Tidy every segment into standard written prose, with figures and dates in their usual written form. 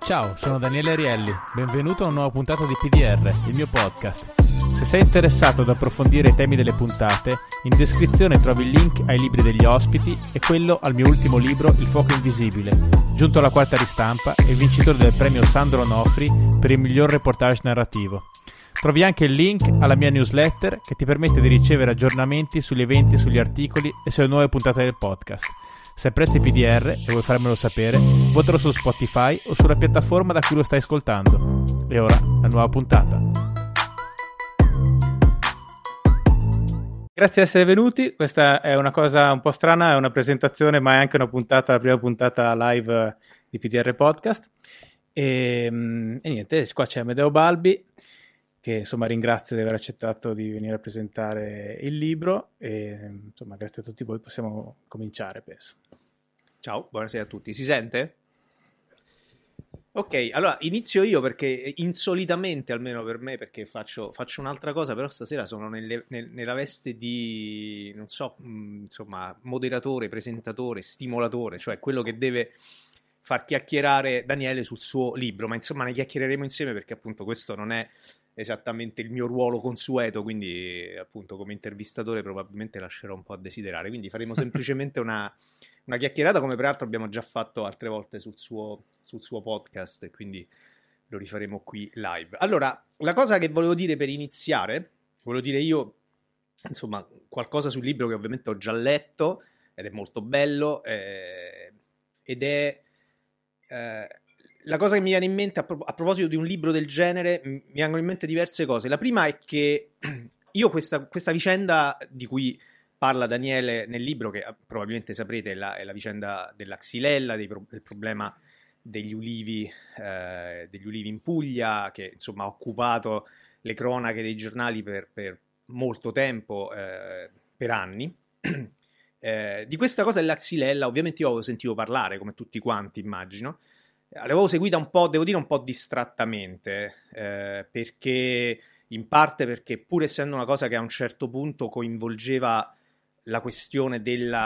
Ciao, sono Daniele Arielli, benvenuto a una nuova puntata di PDR, il mio podcast. Se sei interessato ad approfondire i temi delle puntate, in descrizione trovi il link ai libri degli ospiti e quello al mio ultimo libro Il fuoco invisibile, giunto alla quarta ristampa e vincitore del premio Sandro Onofri per il miglior reportage narrativo. Trovi anche il link alla mia newsletter che ti permette di ricevere aggiornamenti sugli eventi, sugli articoli e sulle nuove puntate del podcast. Se apprezzi PDR e vuoi farmelo sapere, votalo su Spotify o sulla piattaforma da cui lo stai ascoltando. E ora, la nuova puntata. Grazie di essere venuti, questa è una cosa un po' strana, è una presentazione ma è anche una puntata, la prima puntata live di PDR Podcast. E niente, qua c'è Amedeo Balbi, che insomma ringrazio di aver accettato di venire a presentare il libro e insomma grazie a tutti voi, possiamo cominciare penso. Ciao, buonasera a tutti, si sente? Ok, allora inizio io perché insolitamente, almeno per me, perché faccio un'altra cosa, però stasera sono nella veste di, non so, insomma, moderatore, presentatore, stimolatore, cioè quello che deve far chiacchierare Daniele sul suo libro, ma insomma ne chiacchiereremo insieme perché appunto questo non è esattamente il mio ruolo consueto, quindi appunto come intervistatore probabilmente lascerò un po' a desiderare, quindi faremo semplicemente una chiacchierata come peraltro abbiamo già fatto altre volte sul suo podcast e quindi lo rifaremo qui live. Allora, la cosa che volevo dire per iniziare, volevo dire io insomma qualcosa sul libro che ovviamente ho già letto ed è molto bello ed è la cosa che mi viene in mente a proposito di un libro del genere, mi vengono in mente diverse cose. La prima è che io questa vicenda di cui parla Daniele nel libro, che probabilmente saprete è la vicenda della xylella, del problema degli ulivi in Puglia, che insomma ha occupato le cronache dei giornali per molto tempo, per anni. Di questa cosa della xylella ovviamente io avevo sentito parlare, come tutti quanti immagino. L'avevo seguita un po', devo dire un po' distrattamente, perché in parte perché pur essendo una cosa che a un certo punto coinvolgeva la questione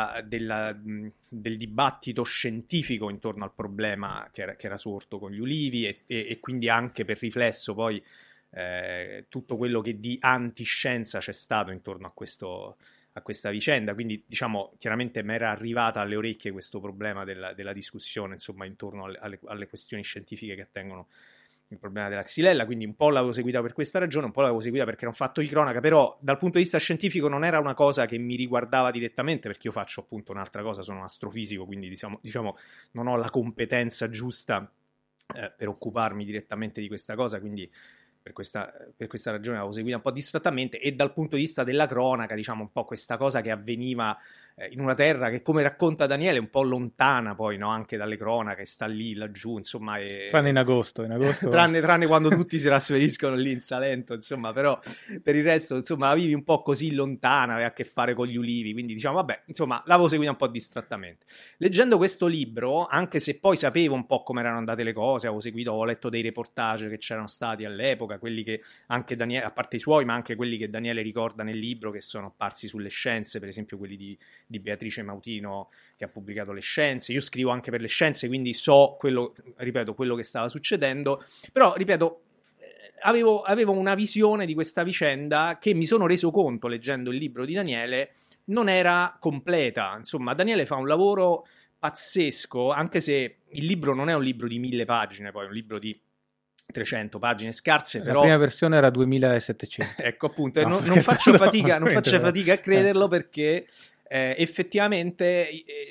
del dibattito scientifico intorno al problema che era sorto con gli ulivi e quindi anche per riflesso poi tutto quello che di antiscienza c'è stato intorno a questa vicenda, quindi diciamo chiaramente mi era arrivata alle orecchie questo problema della discussione insomma intorno alle questioni scientifiche che attengono il problema della xylella, quindi un po' l'avevo seguita per questa ragione, un po' l'avevo seguita perché era un fatto di cronaca, però dal punto di vista scientifico non era una cosa che mi riguardava direttamente perché io faccio appunto un'altra cosa, sono un astrofisico, quindi diciamo non ho la competenza giusta per occuparmi direttamente di questa cosa, quindi per questa ragione l'avevo seguita un po' distrattamente e dal punto di vista della cronaca, diciamo un po' questa cosa che avveniva in una terra che, come racconta Daniele, è un po' lontana poi, no? Anche dalle cronache, sta lì, laggiù, insomma. Tranne in agosto. tranne quando tutti si trasferiscono lì in Salento, insomma, però per il resto, insomma, la vivi un po' così lontana, aveva a che fare con gli ulivi, quindi diciamo, vabbè, insomma, l'avevo seguita un po' distrattamente. Leggendo questo libro, anche se poi sapevo un po' come erano andate le cose, avevo letto dei reportage che c'erano stati all'epoca, quelli che anche Daniele, a parte i suoi, ma anche quelli che Daniele ricorda nel libro, che sono apparsi sulle Scienze, per esempio quelli di Beatrice Mautino che ha pubblicato Le Scienze. Io scrivo anche per Le Scienze, quindi so quello che stava succedendo, però ripeto avevo una visione di questa vicenda che mi sono reso conto leggendo il libro di Daniele non era completa. Insomma, Daniele fa un lavoro pazzesco, anche se il libro non è un libro di 1000 pagine, poi è un libro di 300 pagine scarse, però la prima versione era 2700. ecco appunto, non faccio fatica a crederlo perché effettivamente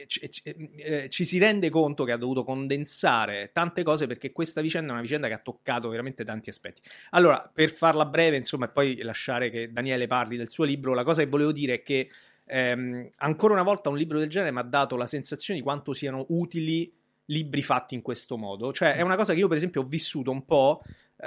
ci si rende conto che ha dovuto condensare tante cose perché questa vicenda è una vicenda che ha toccato veramente tanti aspetti. Allora, per farla breve, insomma, e poi lasciare che Daniele parli del suo libro, la cosa che volevo dire è che ancora una volta un libro del genere mi ha dato la sensazione di quanto siano utili libri fatti in questo modo. Cioè è una cosa che io per esempio ho vissuto un po'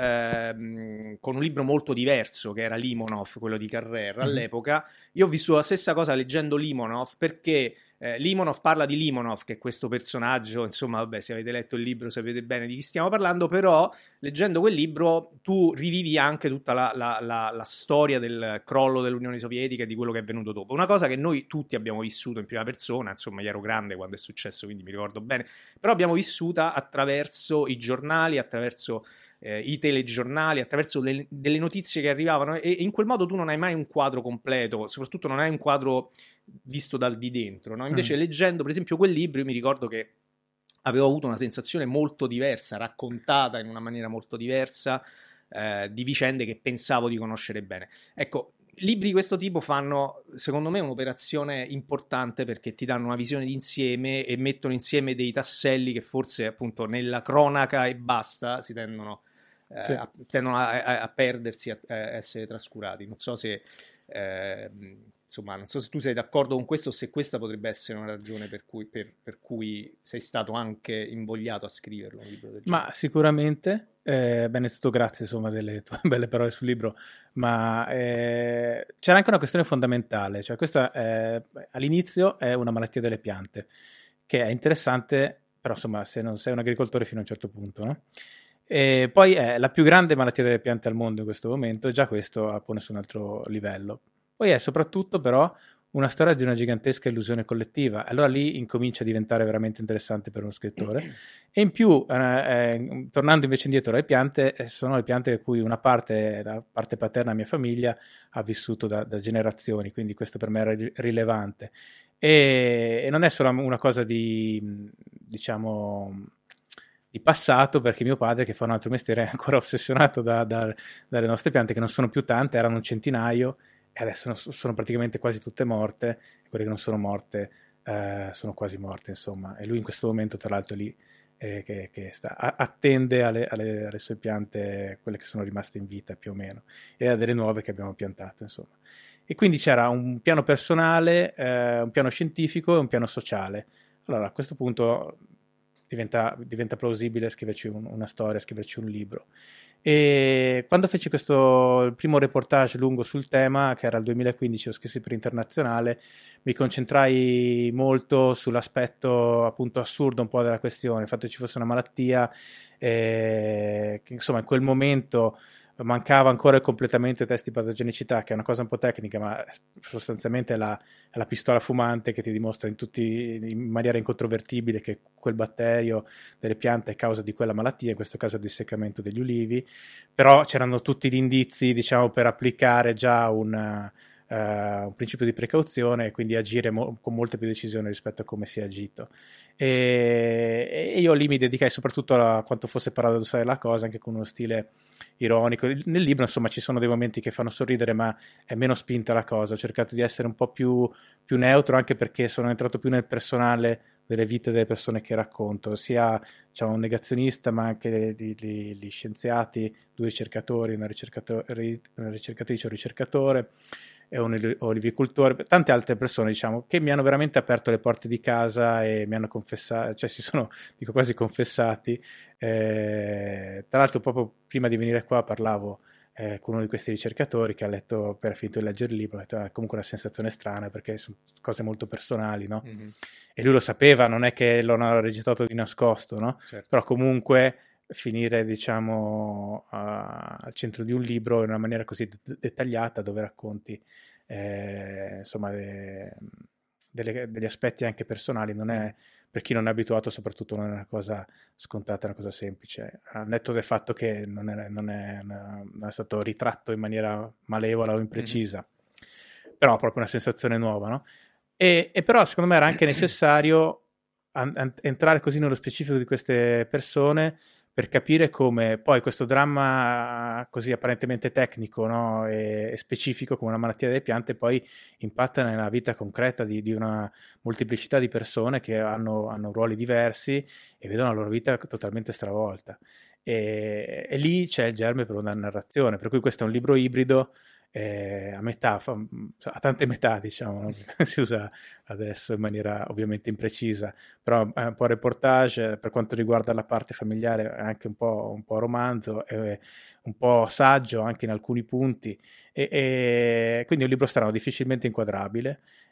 con un libro molto diverso che era Limonov, quello di Carrère all'epoca. Io ho vissuto la stessa cosa leggendo Limonov perché Limonov parla di Limonov, che è questo personaggio, insomma, vabbè, se avete letto il libro sapete bene di chi stiamo parlando, però leggendo quel libro tu rivivi anche tutta la storia del crollo dell'Unione Sovietica e di quello che è venuto dopo. Una cosa che noi tutti abbiamo vissuto in prima persona, insomma, io ero grande quando è successo, quindi mi ricordo bene, però abbiamo vissuta attraverso i giornali, attraverso i telegiornali, attraverso delle notizie che arrivavano, e in quel modo tu non hai mai un quadro completo, soprattutto non hai un quadro visto dal di dentro, no? Invece leggendo per esempio quel libro io mi ricordo che avevo avuto una sensazione molto diversa, raccontata in una maniera molto diversa, di vicende che pensavo di conoscere bene. Ecco, libri di questo tipo fanno, secondo me, un'operazione importante perché ti danno una visione d'insieme e mettono insieme dei tasselli che forse appunto nella cronaca e basta si tendono, Sì. tendono a perdersi, a essere trascurati. Non so se insomma, non so se tu sei d'accordo con questo o se questa potrebbe essere una ragione per cui sei stato anche invogliato a scriverlo un libro del genere. Ma sicuramente, bene, innanzitutto grazie insomma delle tue belle parole sul libro, ma c'era anche una questione fondamentale, cioè questa all'inizio è una malattia delle piante, che è interessante, però insomma se non sei un agricoltore fino a un certo punto, no? E poi è la più grande malattia delle piante al mondo in questo momento, e già questo la pone su un altro livello. Poi è soprattutto però una storia di una gigantesca illusione collettiva, allora lì incomincia a diventare veramente interessante per uno scrittore. E in più, tornando invece indietro alle piante, sono le piante di cui una parte, la parte paterna della mia famiglia, ha vissuto da generazioni, quindi questo per me era rilevante. E non è solo una cosa di, diciamo, di passato, perché mio padre, che fa un altro mestiere, è ancora ossessionato dalle nostre piante, che non sono più tante, erano un centinaio, e adesso sono praticamente quasi tutte morte, e quelle che non sono morte sono quasi morte, insomma. E lui in questo momento, tra l'altro, lì che attende alle sue piante, quelle che sono rimaste in vita più o meno, e a delle nuove che abbiamo piantato, insomma. E quindi c'era un piano personale, un piano scientifico e un piano sociale. Allora a questo punto diventa plausibile scriverci una storia, scriverci un libro. E quando feci il primo reportage lungo sul tema, che era il 2015, lo scrissi per Internazionale, mi concentrai molto sull'aspetto appunto assurdo un po' della questione, il fatto che ci fosse una malattia che insomma in quel momento mancava ancora il completamento dei test di patogenicità, che è una cosa un po' tecnica, ma sostanzialmente è la pistola fumante che ti dimostra in maniera incontrovertibile che quel batterio delle piante è causa di quella malattia, in questo caso il disseccamento degli ulivi. Però c'erano tutti gli indizi, diciamo, per applicare già un principio di precauzione e quindi agire con molta più decisione rispetto a come si è agito. E io lì mi dedicai soprattutto a quanto fosse paradossale la cosa, anche con uno stile ironico. Nel libro, insomma, ci sono dei momenti che fanno sorridere, ma è meno spinta la cosa. Ho cercato di essere un po' più neutro, anche perché sono entrato più nel personale delle vite delle persone che racconto, sia diciamo, un negazionista, ma anche gli scienziati, due ricercatori, una ricercatrice o un ricercatore, e un olivicoltore, tante altre persone, diciamo, che mi hanno veramente aperto le porte di casa e mi hanno confessato, cioè si sono, dico quasi confessati. Tra l'altro proprio prima di venire qua parlavo con uno di questi ricercatori che ha letto, per finito di leggere il libro, ha detto, è comunque una sensazione strana perché sono cose molto personali, no? Mm-hmm. E lui lo sapeva, non è che lo hanno registrato di nascosto, no? Certo. Però comunque finire, diciamo, al centro di un libro in una maniera così dettagliata, dove racconti insomma degli aspetti anche personali, non è, per chi non è abituato, soprattutto non è una cosa scontata, è una cosa semplice, al netto del fatto che non è stato ritratto in maniera malevola o imprecisa, però proprio una sensazione nuova, no? E però secondo me era anche necessario entrare così nello specifico di queste persone per capire come poi questo dramma così apparentemente tecnico, no? e specifico come una malattia delle piante poi impatta nella vita concreta di una molteplicità di persone che hanno ruoli diversi e vedono la loro vita totalmente stravolta. E lì c'è il germe per una narrazione, per cui questo è un libro ibrido a metà, a tante metà, diciamo, no? Si usa adesso in maniera ovviamente imprecisa, però è un po' reportage per quanto riguarda la parte familiare, è anche un po' romanzo, è un po' saggio anche in alcuni punti, e quindi è un libro strano, difficilmente inquadrabile,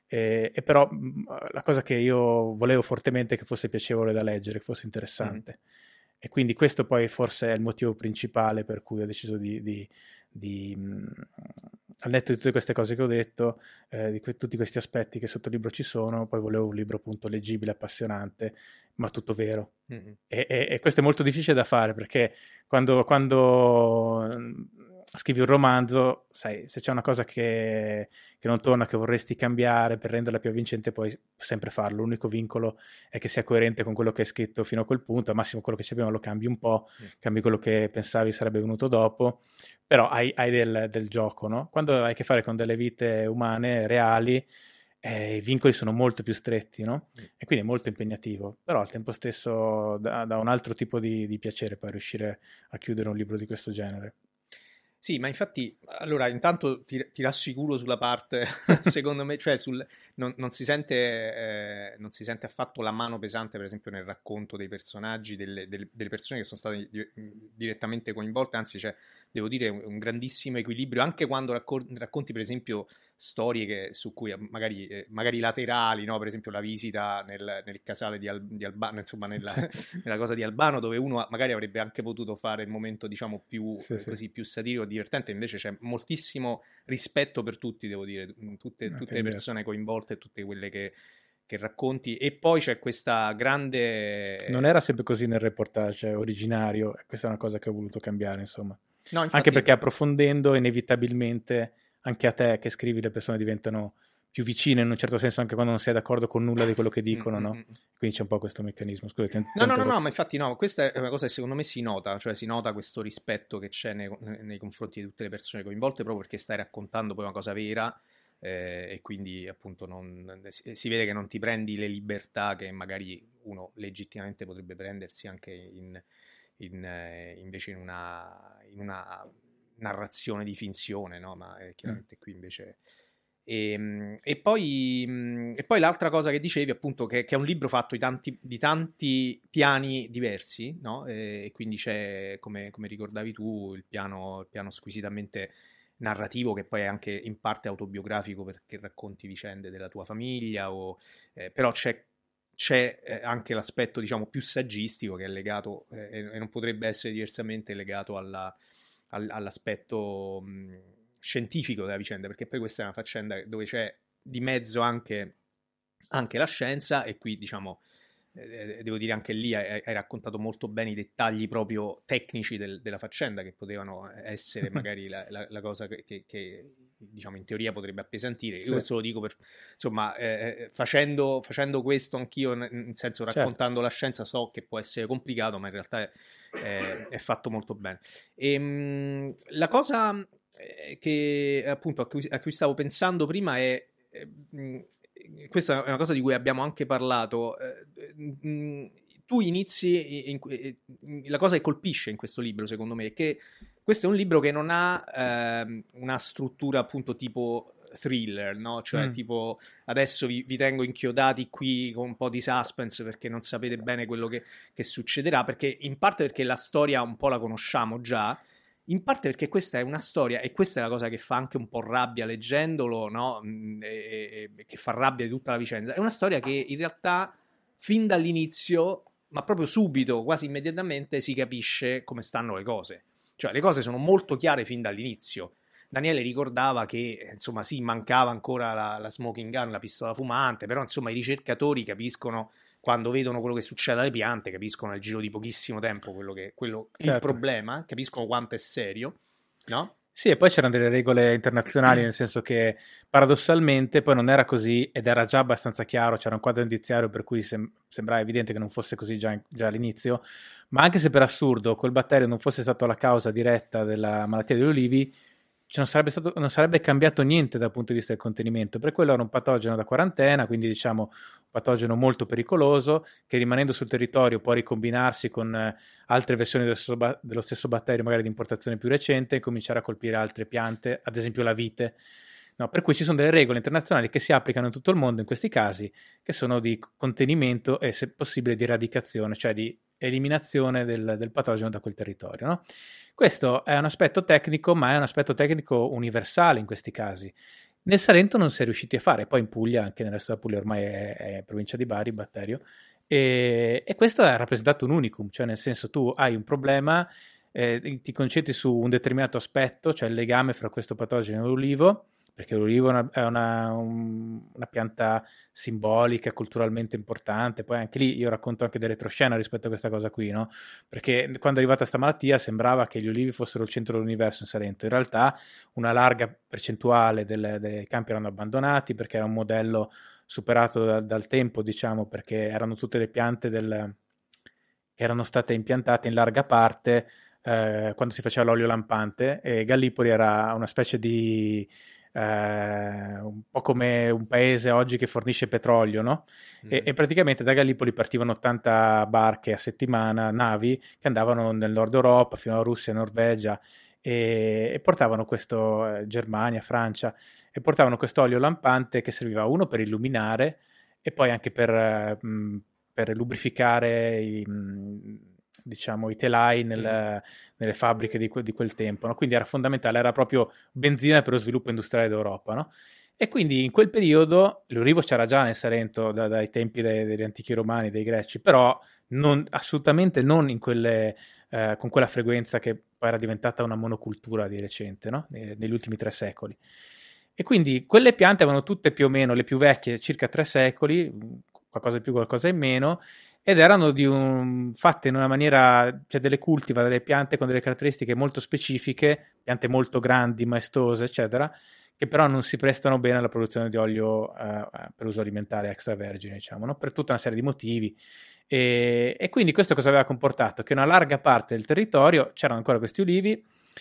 E però la cosa che io volevo fortemente è che fosse piacevole da leggere, che fosse interessante. E quindi questo poi forse è il motivo principale per cui ho deciso al netto di tutte queste cose che ho detto, tutti questi aspetti che sotto il libro ci sono, poi volevo un libro appunto leggibile, appassionante, ma tutto vero. E questo è molto difficile da fare, perché quando scrivi un romanzo, sai, se c'è una cosa che non torna, che vorresti cambiare per renderla più avvincente, puoi sempre farlo. L'unico vincolo è che sia coerente con quello che hai scritto fino a quel punto. Al massimo quello che c'è prima lo cambi un po', cambi quello che pensavi sarebbe venuto dopo, però hai del gioco, no? Quando hai a che fare con delle vite umane reali, i vincoli sono molto più stretti, no? E quindi è molto impegnativo, però al tempo stesso dà un altro tipo di piacere poi riuscire a chiudere un libro di questo genere. Sì, ma infatti, allora, intanto ti rassicuro sulla parte, secondo me, cioè non si sente affatto la mano pesante, per esempio, nel racconto dei personaggi, delle persone che sono state direttamente coinvolte, anzi c'è, devo dire, un grandissimo equilibrio, anche quando racconti, per esempio, storie su cui magari laterali, no? Per esempio la visita nel casale di Albano, insomma, nella cosa di Albano, dove uno magari avrebbe anche potuto fare il momento, diciamo, più così, più satirico, divertente, invece c'è moltissimo rispetto per tutti, devo dire, tutte le persone coinvolte, tutte quelle che racconti, e poi c'è questa grande... Non era sempre così nel reportage originario, e questa è una cosa che ho voluto cambiare, insomma. No, infatti... Anche perché approfondendo, inevitabilmente, anche a te che scrivi, le persone diventano più vicine in un certo senso, anche quando non sei d'accordo con nulla di quello che dicono, no? Quindi c'è un po' questo meccanismo. Scusate, no, ma infatti no, questa è una cosa che secondo me si nota, cioè si nota questo rispetto che c'è nei confronti di tutte le persone coinvolte, proprio perché stai raccontando poi una cosa vera, e quindi appunto si vede che non ti prendi le libertà che magari uno legittimamente potrebbe prendersi anche invece in una narrazione di finzione, no? Ma chiaramente qui invece... E poi l'altra cosa che dicevi, appunto, che è un libro fatto di tanti piani diversi, no? E quindi c'è, come ricordavi tu, il piano squisitamente narrativo, che poi è anche in parte autobiografico, perché racconti vicende della tua famiglia, però c'è anche l'aspetto, diciamo, più saggistico, che è legato, e non potrebbe essere diversamente, legato all'aspetto scientifico della vicenda, perché poi questa è una faccenda dove c'è di mezzo anche la scienza, e qui, diciamo, devo dire, anche lì hai raccontato molto bene i dettagli proprio tecnici della faccenda, che potevano essere magari la cosa che diciamo in teoria potrebbe appesantire. Io questo lo dico per, insomma, facendo questo anch'io, nel senso, raccontando la scienza, so che può essere complicato, ma in realtà è fatto molto bene. La cosa che appunto a cui stavo pensando prima è, questa è una cosa di cui abbiamo anche parlato, tu inizi la cosa che colpisce in questo libro, secondo me, è che questo è un libro che non ha una struttura appunto tipo thriller, no? Cioè tipo adesso vi tengo inchiodati qui con un po' di suspense perché non sapete bene quello che succederà, perché in parte perché la storia un po' la conosciamo già, in parte perché questa è una storia, e questa è la cosa che fa anche un po' rabbia leggendolo, no? E che fa rabbia di tutta la vicenda. È una storia che in realtà fin dall'inizio, ma proprio subito, quasi immediatamente, si capisce come stanno le cose. Cioè le cose sono molto chiare fin dall'inizio. Daniele ricordava che, insomma, sì, mancava ancora la smoking gun, la pistola fumante, però insomma i ricercatori capiscono, quando vedono quello che succede alle piante, capiscono nel giro di pochissimo tempo il problema, capiscono quanto è serio, no? Sì, e poi c'erano delle regole internazionali, nel senso che paradossalmente poi non era così, ed era già abbastanza chiaro, c'era un quadro indiziario per cui sembrava evidente che non fosse così già all'inizio, ma anche se per assurdo quel batterio non fosse stato la causa diretta della malattia degli ulivi, non sarebbe cambiato niente dal punto di vista del contenimento, perché quello era un patogeno da quarantena, quindi diciamo un patogeno molto pericoloso, che rimanendo sul territorio può ricombinarsi con altre versioni dello stesso batterio, magari di importazione più recente, e cominciare a colpire altre piante, ad esempio la vite. No, per cui ci sono delle regole internazionali che si applicano in tutto il mondo in questi casi, che sono di contenimento e, se possibile, di eradicazione, cioè di eliminazione del patogeno da quel territorio, no? Questo è un aspetto tecnico, ma è un aspetto tecnico universale in questi casi. Nel Salento non si è riusciti a fare, poi in Puglia, anche nel resto della Puglia ormai è provincia di Bari, batterio, e questo ha rappresentato un unicum, cioè nel senso tu hai un problema, ti concentri su un determinato aspetto, cioè il legame fra questo patogeno e l'ulivo, perché l'ulivo è una pianta simbolica, culturalmente importante, poi anche lì io racconto anche delle retroscena rispetto a questa cosa qui, no? Perché quando è arrivata questa malattia sembrava che gli ulivi fossero il centro dell'universo in Salento, in realtà una larga percentuale dei campi erano abbandonati perché era un modello superato dal tempo, diciamo, perché erano tutte le piante che erano state impiantate in larga parte quando si faceva l'olio lampante, e Gallipoli era una specie di un po' come un paese oggi che fornisce petrolio, no? E praticamente da Gallipoli partivano 80 barche a settimana, navi, che andavano nel nord Europa, fino alla Russia, Norvegia, e portavano questo, Germania, Francia, e portavano questo olio lampante che serviva uno per illuminare e poi anche per lubrificare diciamo, i telai nelle fabbriche di quel tempo, no? Quindi era fondamentale, era proprio benzina per lo sviluppo industriale d'Europa, no? E quindi in quel periodo l'olivo c'era già nel Salento dai tempi degli antichi romani, dei greci, però assolutamente non con quella frequenza che poi era diventata una monocultura di recente, no? Negli ultimi 3 secoli. E quindi quelle piante avevano tutte più o meno, le più vecchie, circa 3 secoli, qualcosa in più, qualcosa in meno, ed erano fatte in una maniera, cioè delle cultivar, delle piante con delle caratteristiche molto specifiche, piante molto grandi, maestose, eccetera, che però non si prestano bene alla produzione di olio per uso alimentare extravergine, diciamo, no? Per tutta una serie di motivi. E quindi questo cosa aveva comportato? Che una larga parte del territorio c'erano ancora questi ulivi,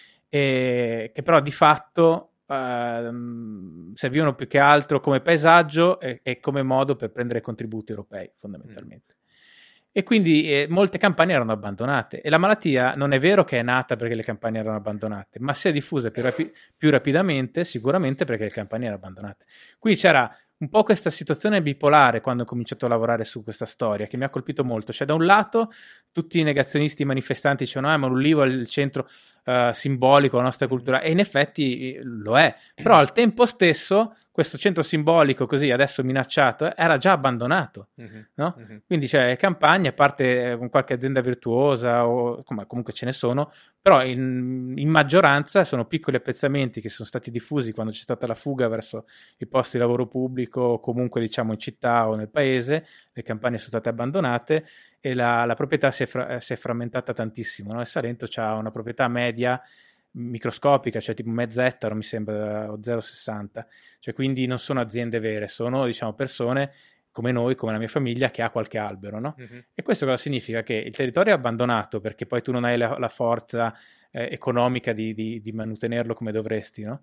che però di fatto servivano più che altro come paesaggio e come modo per prendere contributi europei, fondamentalmente. E quindi molte campagne erano abbandonate, e la malattia non è vero che è nata perché le campagne erano abbandonate, ma si è diffusa più rapidamente sicuramente perché le campagne erano abbandonate. Qui c'era un po' questa situazione bipolare quando ho cominciato a lavorare su questa storia, che mi ha colpito molto. Cioè, da un lato tutti i negazionisti manifestanti dicevano ma l'ulivo è il centro simbolico della nostra cultura, e in effetti lo è, però al tempo stesso questo centro simbolico, così adesso minacciato, era già abbandonato, no? Quindi c'è campagne, a parte con qualche azienda virtuosa, o comunque ce ne sono, però in maggioranza sono piccoli appezzamenti che sono stati diffusi quando c'è stata la fuga verso i posti di lavoro pubblico, o comunque diciamo in città o nel paese, le campagne sono state abbandonate e la proprietà si è frammentata tantissimo, no? E Salento ha una proprietà media microscopica, cioè tipo mezza ettaro mi sembra, o 0,60, cioè quindi non sono aziende vere, sono diciamo persone come noi, come la mia famiglia, che ha qualche albero, no? E questo cosa significa? Che il territorio è abbandonato perché poi tu non hai la forza economica di mantenerlo come dovresti, no?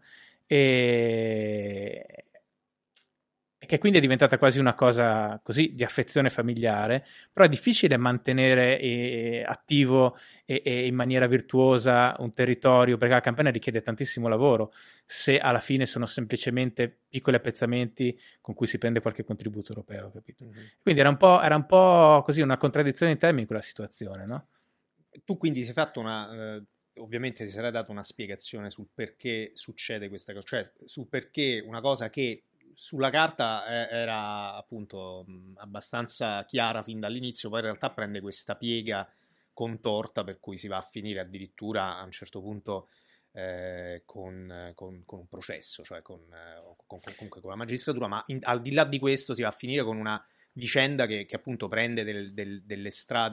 E che quindi è diventata quasi una cosa così di affezione familiare, però è difficile mantenere attivo e in maniera virtuosa un territorio, perché la campagna richiede tantissimo lavoro, se alla fine sono semplicemente piccoli appezzamenti con cui si prende qualche contributo europeo, capito? Quindi era un po' così una contraddizione in termini quella situazione, no? Tu quindi ti sei fatto ovviamente ti sarai dato una spiegazione sul perché succede questa cosa, cioè sul perché una cosa che sulla carta era appunto abbastanza chiara fin dall'inizio, poi in realtà prende questa piega contorta per cui si va a finire addirittura a un certo punto con un processo, cioè comunque con la magistratura, ma al di là di questo si va a finire con una vicenda che appunto prende delle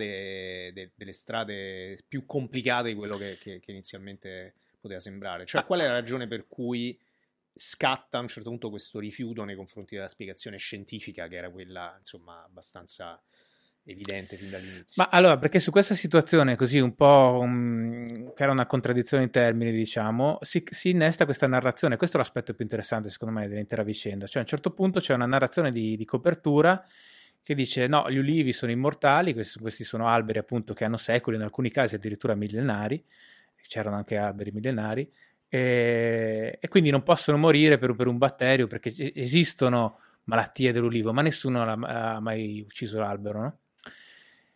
strade più complicate di quello che inizialmente poteva sembrare. Cioè, qual è la ragione per cui scatta a un certo punto questo rifiuto nei confronti della spiegazione scientifica, che era quella, insomma, abbastanza evidente fin dall'inizio? Ma allora, perché su questa situazione così un po' che era una contraddizione in termini, diciamo, si innesta questa narrazione. Questo è l'aspetto più interessante, secondo me, dell'intera vicenda. Cioè, a un certo punto c'è una narrazione di copertura che dice no, gli ulivi sono immortali, questi sono alberi appunto che hanno secoli, in alcuni casi addirittura millenari, c'erano anche alberi millenari, e quindi non possono morire per un batterio, perché esistono malattie dell'ulivo, ma nessuno ha mai ucciso l'albero, no?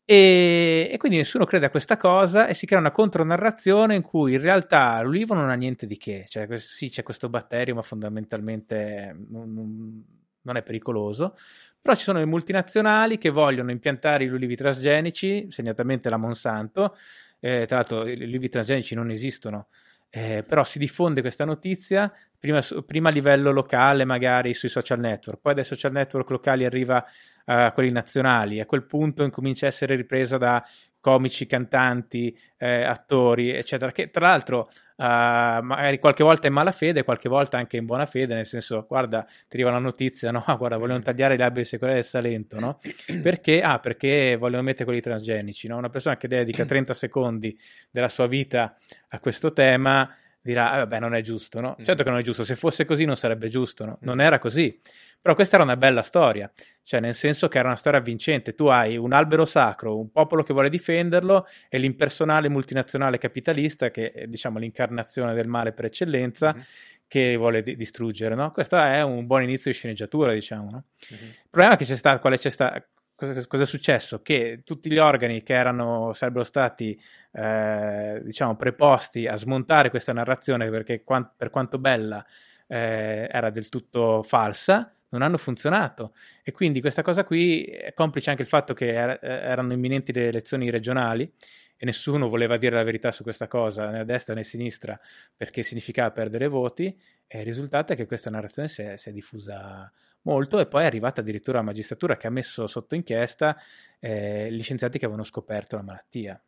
E quindi nessuno crede a questa cosa e si crea una contronarrazione in cui in realtà l'ulivo non ha niente di che, cioè sì, c'è questo batterio ma fondamentalmente non è pericoloso, però ci sono le multinazionali che vogliono impiantare gli ulivi transgenici, segnatamente la Monsanto, tra l'altro gli ulivi transgenici non esistono, però si diffonde questa notizia prima a livello locale magari sui social network, poi dai social network locali arriva a quelli nazionali, a quel punto incomincia a essere ripresa da comici, cantanti, attori, eccetera, che tra l'altro magari qualche volta in malafede, qualche volta anche in buona fede, nel senso, guarda, ti arriva la notizia, no? Guarda, vogliono tagliare gli alberi secolari del Salento, no? Perché? Perché vogliono mettere quelli transgenici, no? Una persona che dedica 30 secondi della sua vita a questo tema dirà, vabbè, non è giusto, no? Certo che non è giusto, se fosse così non sarebbe giusto, no? Non era così. Però questa era una bella storia, cioè nel senso che era una storia vincente. Tu hai un albero sacro, un popolo che vuole difenderlo e l'impersonale multinazionale capitalista che è, diciamo, l'incarnazione del male per eccellenza, che vuole distruggere, no? Questo è un buon inizio di sceneggiatura, diciamo, no? Il problema è che cosa è successo? Che tutti gli organi che sarebbero stati diciamo preposti a smontare questa narrazione, perché per quanto bella era del tutto falsa, non hanno funzionato, e quindi questa cosa qui è complice anche il fatto che erano imminenti le elezioni regionali e nessuno voleva dire la verità su questa cosa, né a destra né a sinistra, perché significava perdere voti, e il risultato è che questa narrazione si è diffusa molto, e poi è arrivata addirittura la magistratura che ha messo sotto inchiesta gli scienziati che avevano scoperto la malattia.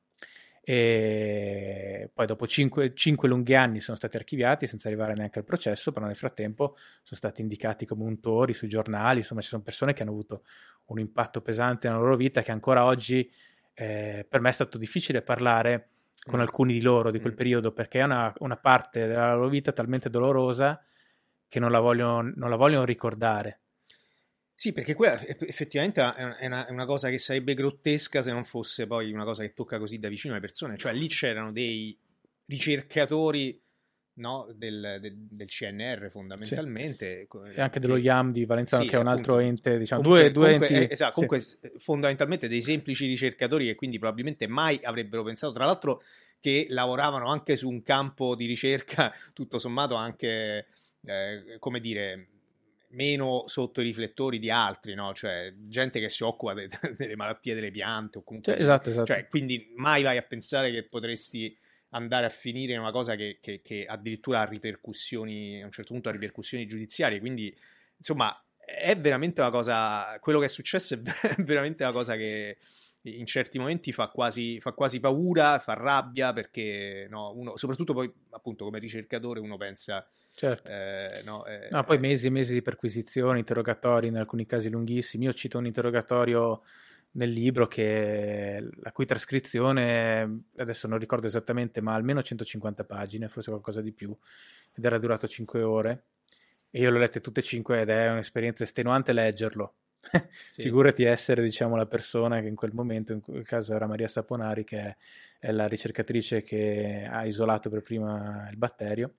E poi dopo 5 lunghi anni sono stati archiviati senza arrivare neanche al processo, però nel frattempo sono stati indicati come untori sui giornali. Insomma, ci sono persone che hanno avuto un impatto pesante nella loro vita, che ancora oggi per me è stato difficile parlare con alcuni di loro di quel periodo, perché è una parte della loro vita talmente dolorosa che non la vogliono ricordare. Sì, perché quella effettivamente è una cosa che sarebbe grottesca se non fosse poi una cosa che tocca così da vicino le persone. Cioè lì c'erano dei ricercatori, no, del CNR fondamentalmente. Sì. E anche dello IAM di Valenzano, che è un altro ente, diciamo, comunque, due enti. Esatto, Sì. comunque fondamentalmente dei semplici ricercatori che quindi probabilmente mai avrebbero pensato, tra l'altro, che lavoravano anche su un campo di ricerca tutto sommato anche, come dire, meno sotto i riflettori di altri, no? Cioè gente che si occupa delle malattie delle piante o comunque Esatto. Cioè, quindi mai vai a pensare che potresti andare a finire in una cosa che addirittura ha ripercussioni, a un certo punto ha ripercussioni giudiziarie. Quindi insomma è veramente una cosa, quello che è successo è veramente una cosa che in certi momenti fa quasi paura, fa rabbia, perché no, uno, soprattutto poi appunto come ricercatore, uno pensa, certo, no, poi mesi e mesi di perquisizioni, interrogatori, in alcuni casi lunghissimi. Io cito un interrogatorio nel libro la cui trascrizione adesso non ricordo esattamente, ma almeno 150 pagine, forse qualcosa di più, ed era durato 5 ore, e io l'ho lette tutte e 5 ed è un'esperienza estenuante leggerlo. Sì. Figurati essere, diciamo, la persona che in quel momento, in quel caso era Maria Saponari, che è la ricercatrice che ha isolato per prima il batterio.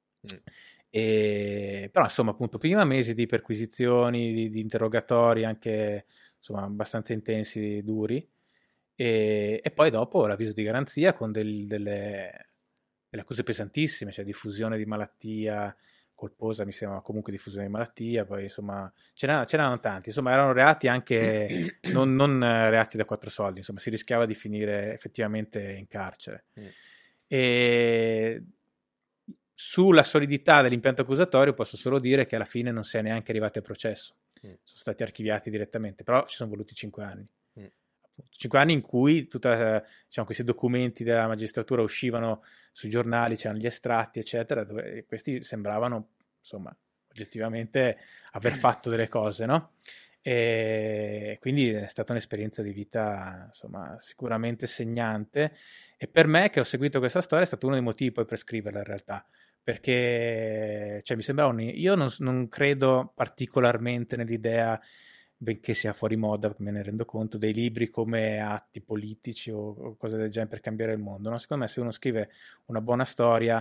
Però insomma, appunto, prima mesi di perquisizioni, di interrogatori anche insomma abbastanza intensi, duri, e poi dopo l'avviso di garanzia con delle accuse pesantissime, cioè diffusione di malattia colposa, mi sembra, comunque diffusione di malattia. Poi insomma ce n'erano tanti, insomma erano reati anche non reati da 4 soldi, insomma si rischiava di finire effettivamente in carcere. E sulla solidità dell'impianto accusatorio posso solo dire che alla fine non si è neanche arrivati al processo, sono stati archiviati direttamente, però ci sono voluti 5 anni. 5 anni in cui diciamo, questi documenti della magistratura uscivano sui giornali, c'erano gli estratti eccetera, dove questi sembravano insomma oggettivamente aver fatto delle cose, no? E quindi è stata un'esperienza di vita insomma sicuramente segnante, e per me, che ho seguito questa storia, è stato uno dei motivi poi per scriverla in realtà, perché cioè, mi sembrava io non credo particolarmente nell'idea, benché sia fuori moda, me ne rendo conto, dei libri come atti politici o cose del genere per cambiare il mondo, no? Secondo me se uno scrive una buona storia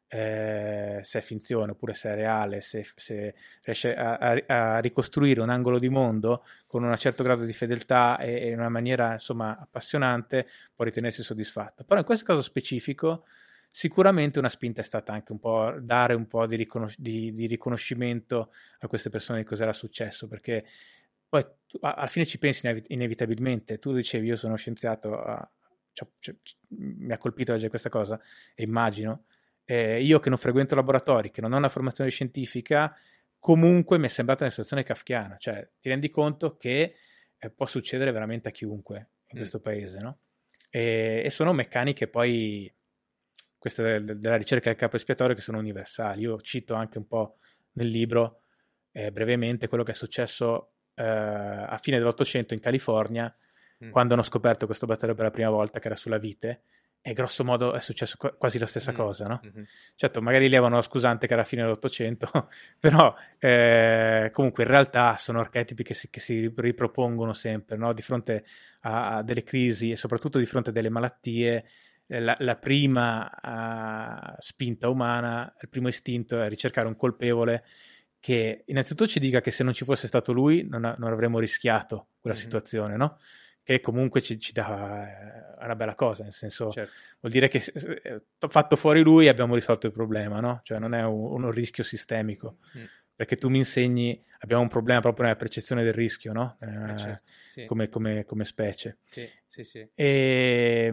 se è finzione oppure se è reale, se riesce a ricostruire un angolo di mondo con un certo grado di fedeltà e in una maniera insomma appassionante, può ritenersi soddisfatto. Però in questo caso specifico sicuramente una spinta è stata anche un po' dare un po' di riconoscimento a queste persone di cos'era successo, perché poi alla fine ci pensi inevitabilmente. Tu dicevi io sono scienziato, mi ha colpito leggere questa cosa e immagino io che non frequento laboratori, che non ho una formazione scientifica, comunque mi è sembrata una situazione kafkiana, cioè ti rendi conto che può succedere veramente a chiunque in questo paese, no? E sono meccaniche poi queste della ricerca del capo espiatorio che sono universali. Io cito anche un po' nel libro brevemente quello che è successo a fine dell'Ottocento in California, quando hanno scoperto questo batterio per la prima volta, che era sulla vite, e grosso modo è successo quasi la stessa cosa, no? Certo, magari lì avevano la scusante che era fine dell'Ottocento, però comunque in realtà sono archetipi che si ripropongono sempre, no? Di fronte a delle crisi e soprattutto di fronte a delle malattie. La prima spinta umana, il primo istinto è ricercare un colpevole che innanzitutto ci dica che se non ci fosse stato lui non avremmo rischiato quella situazione, no? Che comunque ci dà una bella cosa, nel senso, certo, vuol dire che fatto fuori lui abbiamo risolto il problema, no? Cioè non è un rischio sistemico, perché tu mi insegni, abbiamo un problema proprio nella percezione del rischio, no? Certo, sì. come specie. Sì, sì, sì. E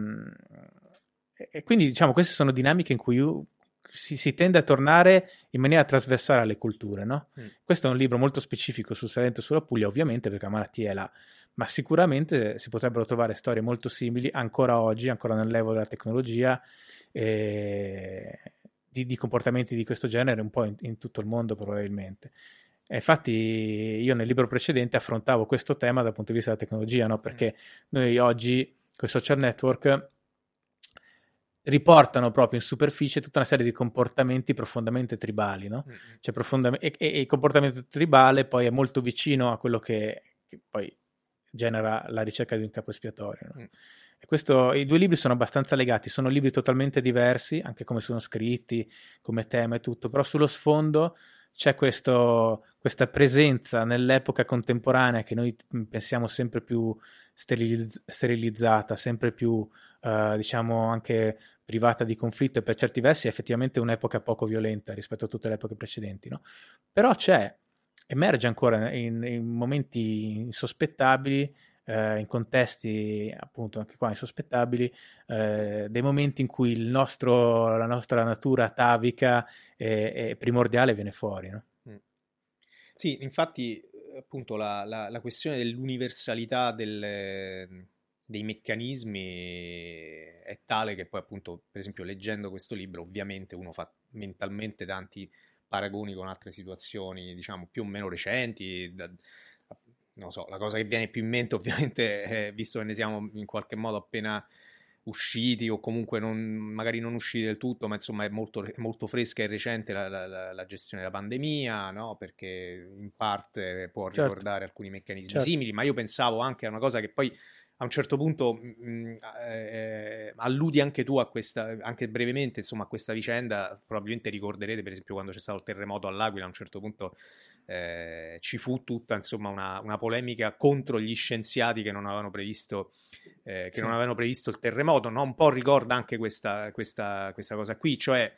quindi diciamo queste sono dinamiche in cui si tende a tornare in maniera trasversale alle culture, no? Questo è un libro molto specifico sul Salento e sulla Puglia, ovviamente perché la malattia è là, ma sicuramente si potrebbero trovare storie molto simili ancora oggi, ancora nell'evo della tecnologia, di comportamenti di questo genere un po' in tutto il mondo probabilmente. E infatti io nel libro precedente affrontavo questo tema dal punto di vista della tecnologia, no? Perché noi oggi con i social network riportano proprio in superficie tutta una serie di comportamenti profondamente tribali, no? Cioè e il comportamento tribale poi è molto vicino a quello che poi genera la ricerca di un capo espiatorio, no? E i due libri sono abbastanza legati, sono libri totalmente diversi, anche come sono scritti, come tema e tutto, però sullo sfondo c'è questa presenza nell'epoca contemporanea che noi pensiamo sempre più sterilizzata, sempre più diciamo anche privata di conflitto, e per certi versi è effettivamente un'epoca poco violenta rispetto a tutte le epoche precedenti, no? Però emerge ancora in momenti insospettabili, in contesti appunto anche qua insospettabili, dei momenti in cui la nostra natura atavica e primordiale viene fuori, no? Sì, infatti appunto la questione dell'universalità dei meccanismi è tale che poi appunto, per esempio, leggendo questo libro ovviamente uno fa mentalmente tanti paragoni con altre situazioni, diciamo, più o meno recenti. Non so, la cosa che viene più in mente ovviamente, visto che ne siamo in qualche modo appena usciti o comunque magari non usciti del tutto, ma insomma è molto fresca e recente la gestione della pandemia, no? Perché in parte può ricordare alcuni meccanismi simili, ma io pensavo anche a una cosa che poi a un certo punto alludi anche tu a questa, anche brevemente, insomma, a questa vicenda. Probabilmente ricorderete per esempio quando c'è stato il terremoto all'Aquila, a un certo punto ci fu tutta insomma una polemica contro gli scienziati che non avevano previsto non avevano previsto il terremoto, no? Un po' ricorda anche questa cosa qui, cioè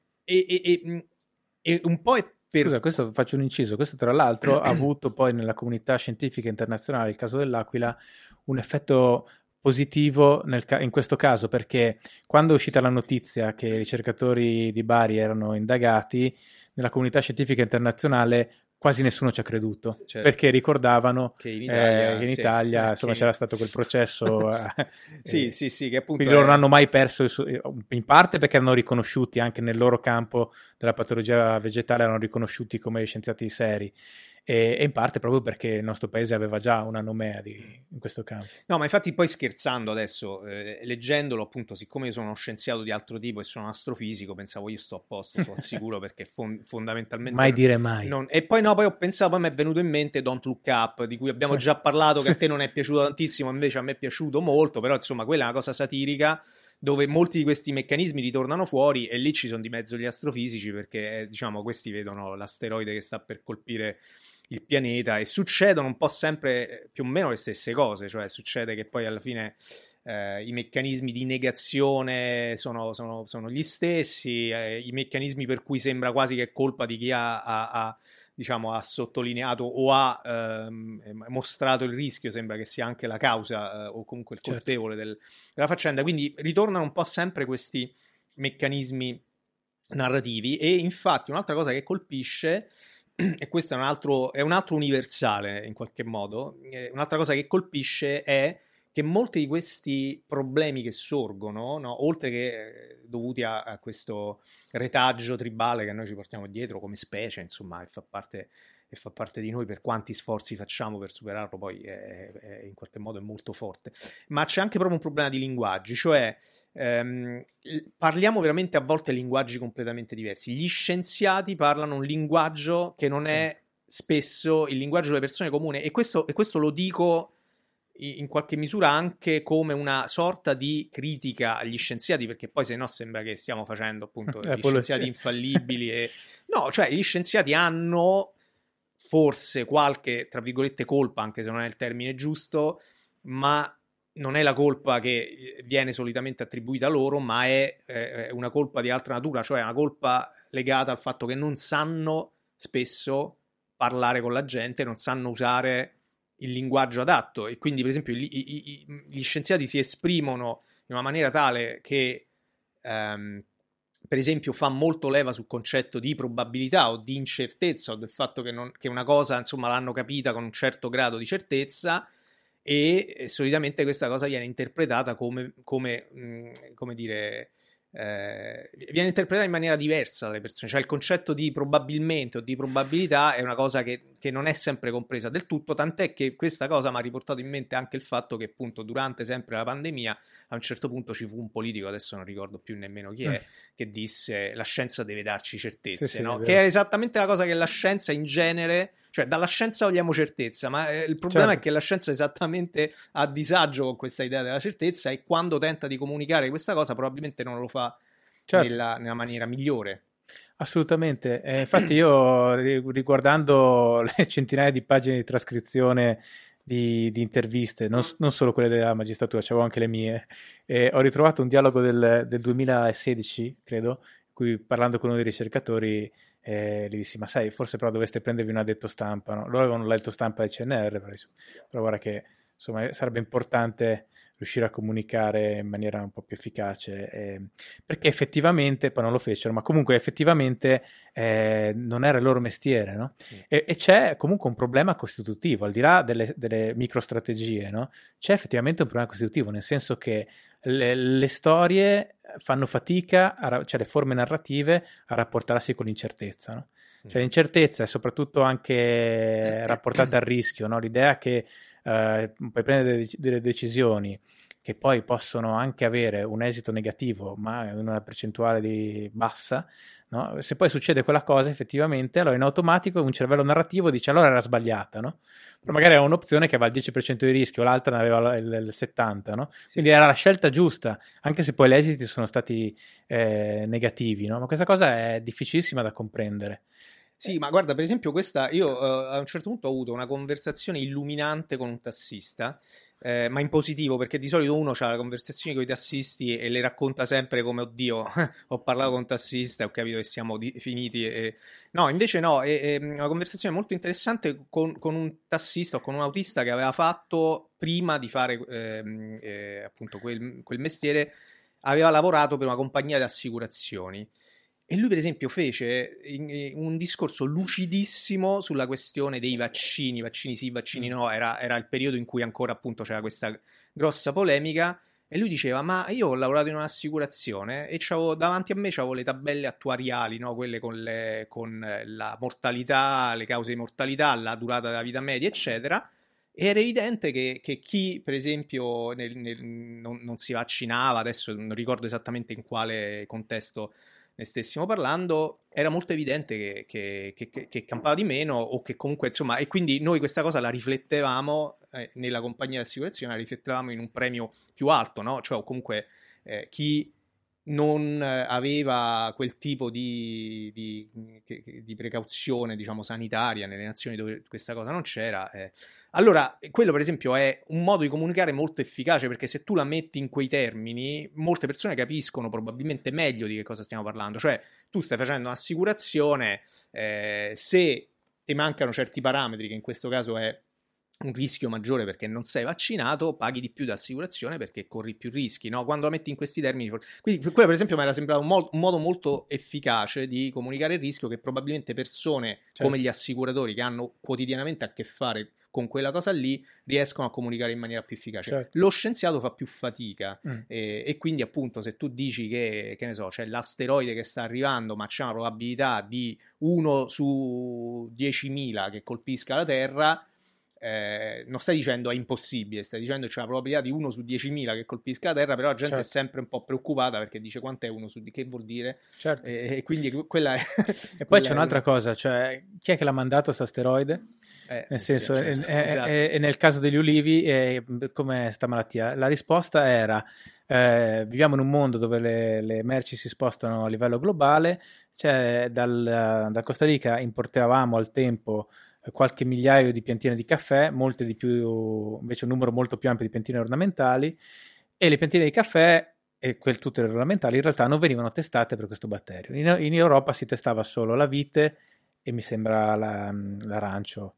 e un po' è Scusa, questo faccio un inciso, questo tra l'altro ha avuto poi nella comunità scientifica internazionale, il caso dell'Aquila, un effetto positivo in questo caso, perché quando è uscita la notizia che i ricercatori di Bari erano indagati, nella comunità scientifica internazionale quasi nessuno ci ha creduto, perché ricordavano che in Italia insomma c'era stato quel processo sì, che appunto quindi loro non hanno mai perso in parte perché erano riconosciuti anche nel loro campo della patologia vegetale, erano riconosciuti come scienziati seri, e in parte proprio perché il nostro paese aveva già una nomea in questo campo. No, ma infatti poi scherzando adesso, leggendolo appunto, siccome io sono uno scienziato di altro tipo e sono astrofisico, pensavo io sto a posto, sono al sicuro, perché fondamentalmente mai dire mai. E poi no, poi ho pensato, poi mi è venuto in mente Don't Look Up, di cui abbiamo già parlato, che a te non è piaciuto tantissimo, invece a me è piaciuto molto, però insomma quella è una cosa satirica dove molti di questi meccanismi ritornano fuori, e lì ci sono di mezzo gli astrofisici, perché diciamo questi vedono l'asteroide che sta per colpire il pianeta, e succedono un po' sempre più o meno le stesse cose, cioè succede che poi alla fine i meccanismi di negazione sono gli stessi, i meccanismi per cui sembra quasi che è colpa di chi diciamo, ha sottolineato o ha mostrato il rischio, sembra che sia anche la causa o comunque il colpevole della faccenda, quindi ritornano un po' sempre questi meccanismi narrativi. E infatti un'altra cosa che colpisce, e questo è un altro universale in qualche modo, un'altra cosa che colpisce è che molti di questi problemi che sorgono, no, oltre che dovuti a questo retaggio tribale che noi ci portiamo dietro come specie, insomma, e fa parte di noi, per quanti sforzi facciamo per superarlo, poi in qualche modo è molto forte, ma c'è anche proprio un problema di linguaggi, cioè parliamo veramente a volte linguaggi completamente diversi. Gli scienziati parlano un linguaggio che non è spesso il linguaggio delle persone comuni, e questo lo dico in qualche misura anche come una sorta di critica agli scienziati, perché poi se no sembra che stiamo facendo appunto gli scienziati infallibili no, cioè gli scienziati hanno forse qualche, tra virgolette, colpa, anche se non è il termine giusto, ma non è la colpa che viene solitamente attribuita loro, ma è una colpa di altra natura, cioè una colpa legata al fatto che non sanno spesso parlare con la gente, non sanno usare il linguaggio adatto, e quindi per esempio gli scienziati si esprimono in una maniera tale che per esempio fa molto leva sul concetto di probabilità o di incertezza, o del fatto che una cosa insomma l'hanno capita con un certo grado di certezza, e solitamente questa cosa viene interpretata come dire, viene interpretata in maniera diversa dalle persone, cioè il concetto di probabilmente o di probabilità è una cosa che non è sempre compresa del tutto, tant'è che questa cosa mi ha riportato in mente anche il fatto che appunto durante sempre la pandemia a un certo punto ci fu un politico, adesso non ricordo più nemmeno chi è, che disse: la scienza deve darci certezze, sì, no? Che è esattamente la cosa che la scienza in genere, cioè dalla scienza vogliamo certezza, ma il problema è che la scienza è esattamente a disagio con questa idea della certezza, e quando tenta di comunicare questa cosa probabilmente non lo fa nella maniera migliore. Assolutamente, infatti io riguardando le centinaia di pagine di trascrizione di interviste, non solo quelle della magistratura, c'avevo anche le mie, ho ritrovato un dialogo del 2016, credo, in cui parlando con uno dei ricercatori gli dissi: ma sai, forse però dovreste prendervi un addetto stampa, no? Loro avevano letto stampa del CNR, però guarda che insomma sarebbe importante riuscire a comunicare in maniera un po' più efficace, perché effettivamente, poi non lo fecero, ma comunque effettivamente non era il loro mestiere, no? E c'è comunque un problema costitutivo, al di là delle microstrategie, no? C'è effettivamente un problema costitutivo, nel senso che le storie fanno fatica, cioè le forme narrative, a rapportarsi con l'incertezza, no? Cioè l'incertezza è soprattutto anche rapportata al rischio, no? L'idea che puoi prendere delle decisioni che poi possono anche avere un esito negativo, ma in una percentuale bassa, no? Se poi succede quella cosa effettivamente, allora in automatico un cervello narrativo dice: allora era sbagliata, no? Però magari è un'opzione che aveva il 10% di rischio, l'altra ne aveva il 70%, no? Quindi era la scelta giusta, anche se poi gli esiti sono stati negativi, no? Ma questa cosa è difficilissima da comprendere. Sì, ma guarda, per esempio io a un certo punto ho avuto una conversazione illuminante con un tassista, ma in positivo, perché di solito uno ha le conversazioni con i tassisti e le racconta sempre come: oddio, ho parlato con un tassista e ho capito che siamo finiti. No, invece no, è una conversazione molto interessante con un tassista o con un autista che aveva fatto, prima di fare appunto quel mestiere, aveva lavorato per una compagnia di assicurazioni. E lui, per esempio, fece un discorso lucidissimo sulla questione dei vaccini sì, vaccini no, era il periodo in cui ancora appunto c'era questa grossa polemica, e lui diceva: ma io ho lavorato in un'assicurazione e davanti a me c'avevo le tabelle attuariali, no? Quelle con la mortalità, le cause di mortalità, la durata della vita media, eccetera, e era evidente che chi, per esempio, non si vaccinava, adesso non ricordo esattamente in quale contesto ne stessimo parlando, era molto evidente che campava di meno, o che comunque insomma, e quindi noi questa cosa la riflettevamo nella compagnia di assicurazione, la riflettevamo in un premio più alto, no? Cioè comunque chi non aveva quel tipo di precauzione, diciamo, sanitaria nelle nazioni dove questa cosa non c'era. Allora, quello per esempio è un modo di comunicare molto efficace, perché se tu la metti in quei termini, molte persone capiscono probabilmente meglio di che cosa stiamo parlando. Cioè, tu stai facendo un'assicurazione, se ti mancano certi parametri, che in questo caso è un rischio maggiore perché non sei vaccinato, paghi di più d'assicurazione perché corri più rischi, no? Quando la metti in questi termini, quindi quello per esempio mi era sembrato un modo molto efficace di comunicare il rischio, che probabilmente persone come gli assicuratori, che hanno quotidianamente a che fare con quella cosa lì, riescono a comunicare in maniera più efficace. Lo scienziato fa più fatica e quindi appunto se tu dici che ne so, c'è l'asteroide che sta arrivando ma c'è una probabilità di 1 su 10.000 che colpisca la Terra, non stai dicendo è impossibile, stai dicendo c'è la probabilità di 1 su 10.000 che colpisca la Terra, però la gente è sempre un po' preoccupata perché dice quant'è 1 su 10, che vuol dire? E quindi quella è... E poi c'è un'altra cosa, cioè chi è che l'ha mandato questo asteroide? Nel senso, certo, esatto. e nel caso degli ulivi, com'è sta malattia? La risposta era: viviamo in un mondo dove le merci si spostano a livello globale, cioè dal Costa Rica importavamo al tempo qualche migliaio di piantine di caffè, molte di più, invece un numero molto più ampio di piantine ornamentali, e le piantine di caffè e tutte le ornamentali in realtà non venivano testate per questo batterio. In Europa si testava solo la vite e mi sembra l'arancio.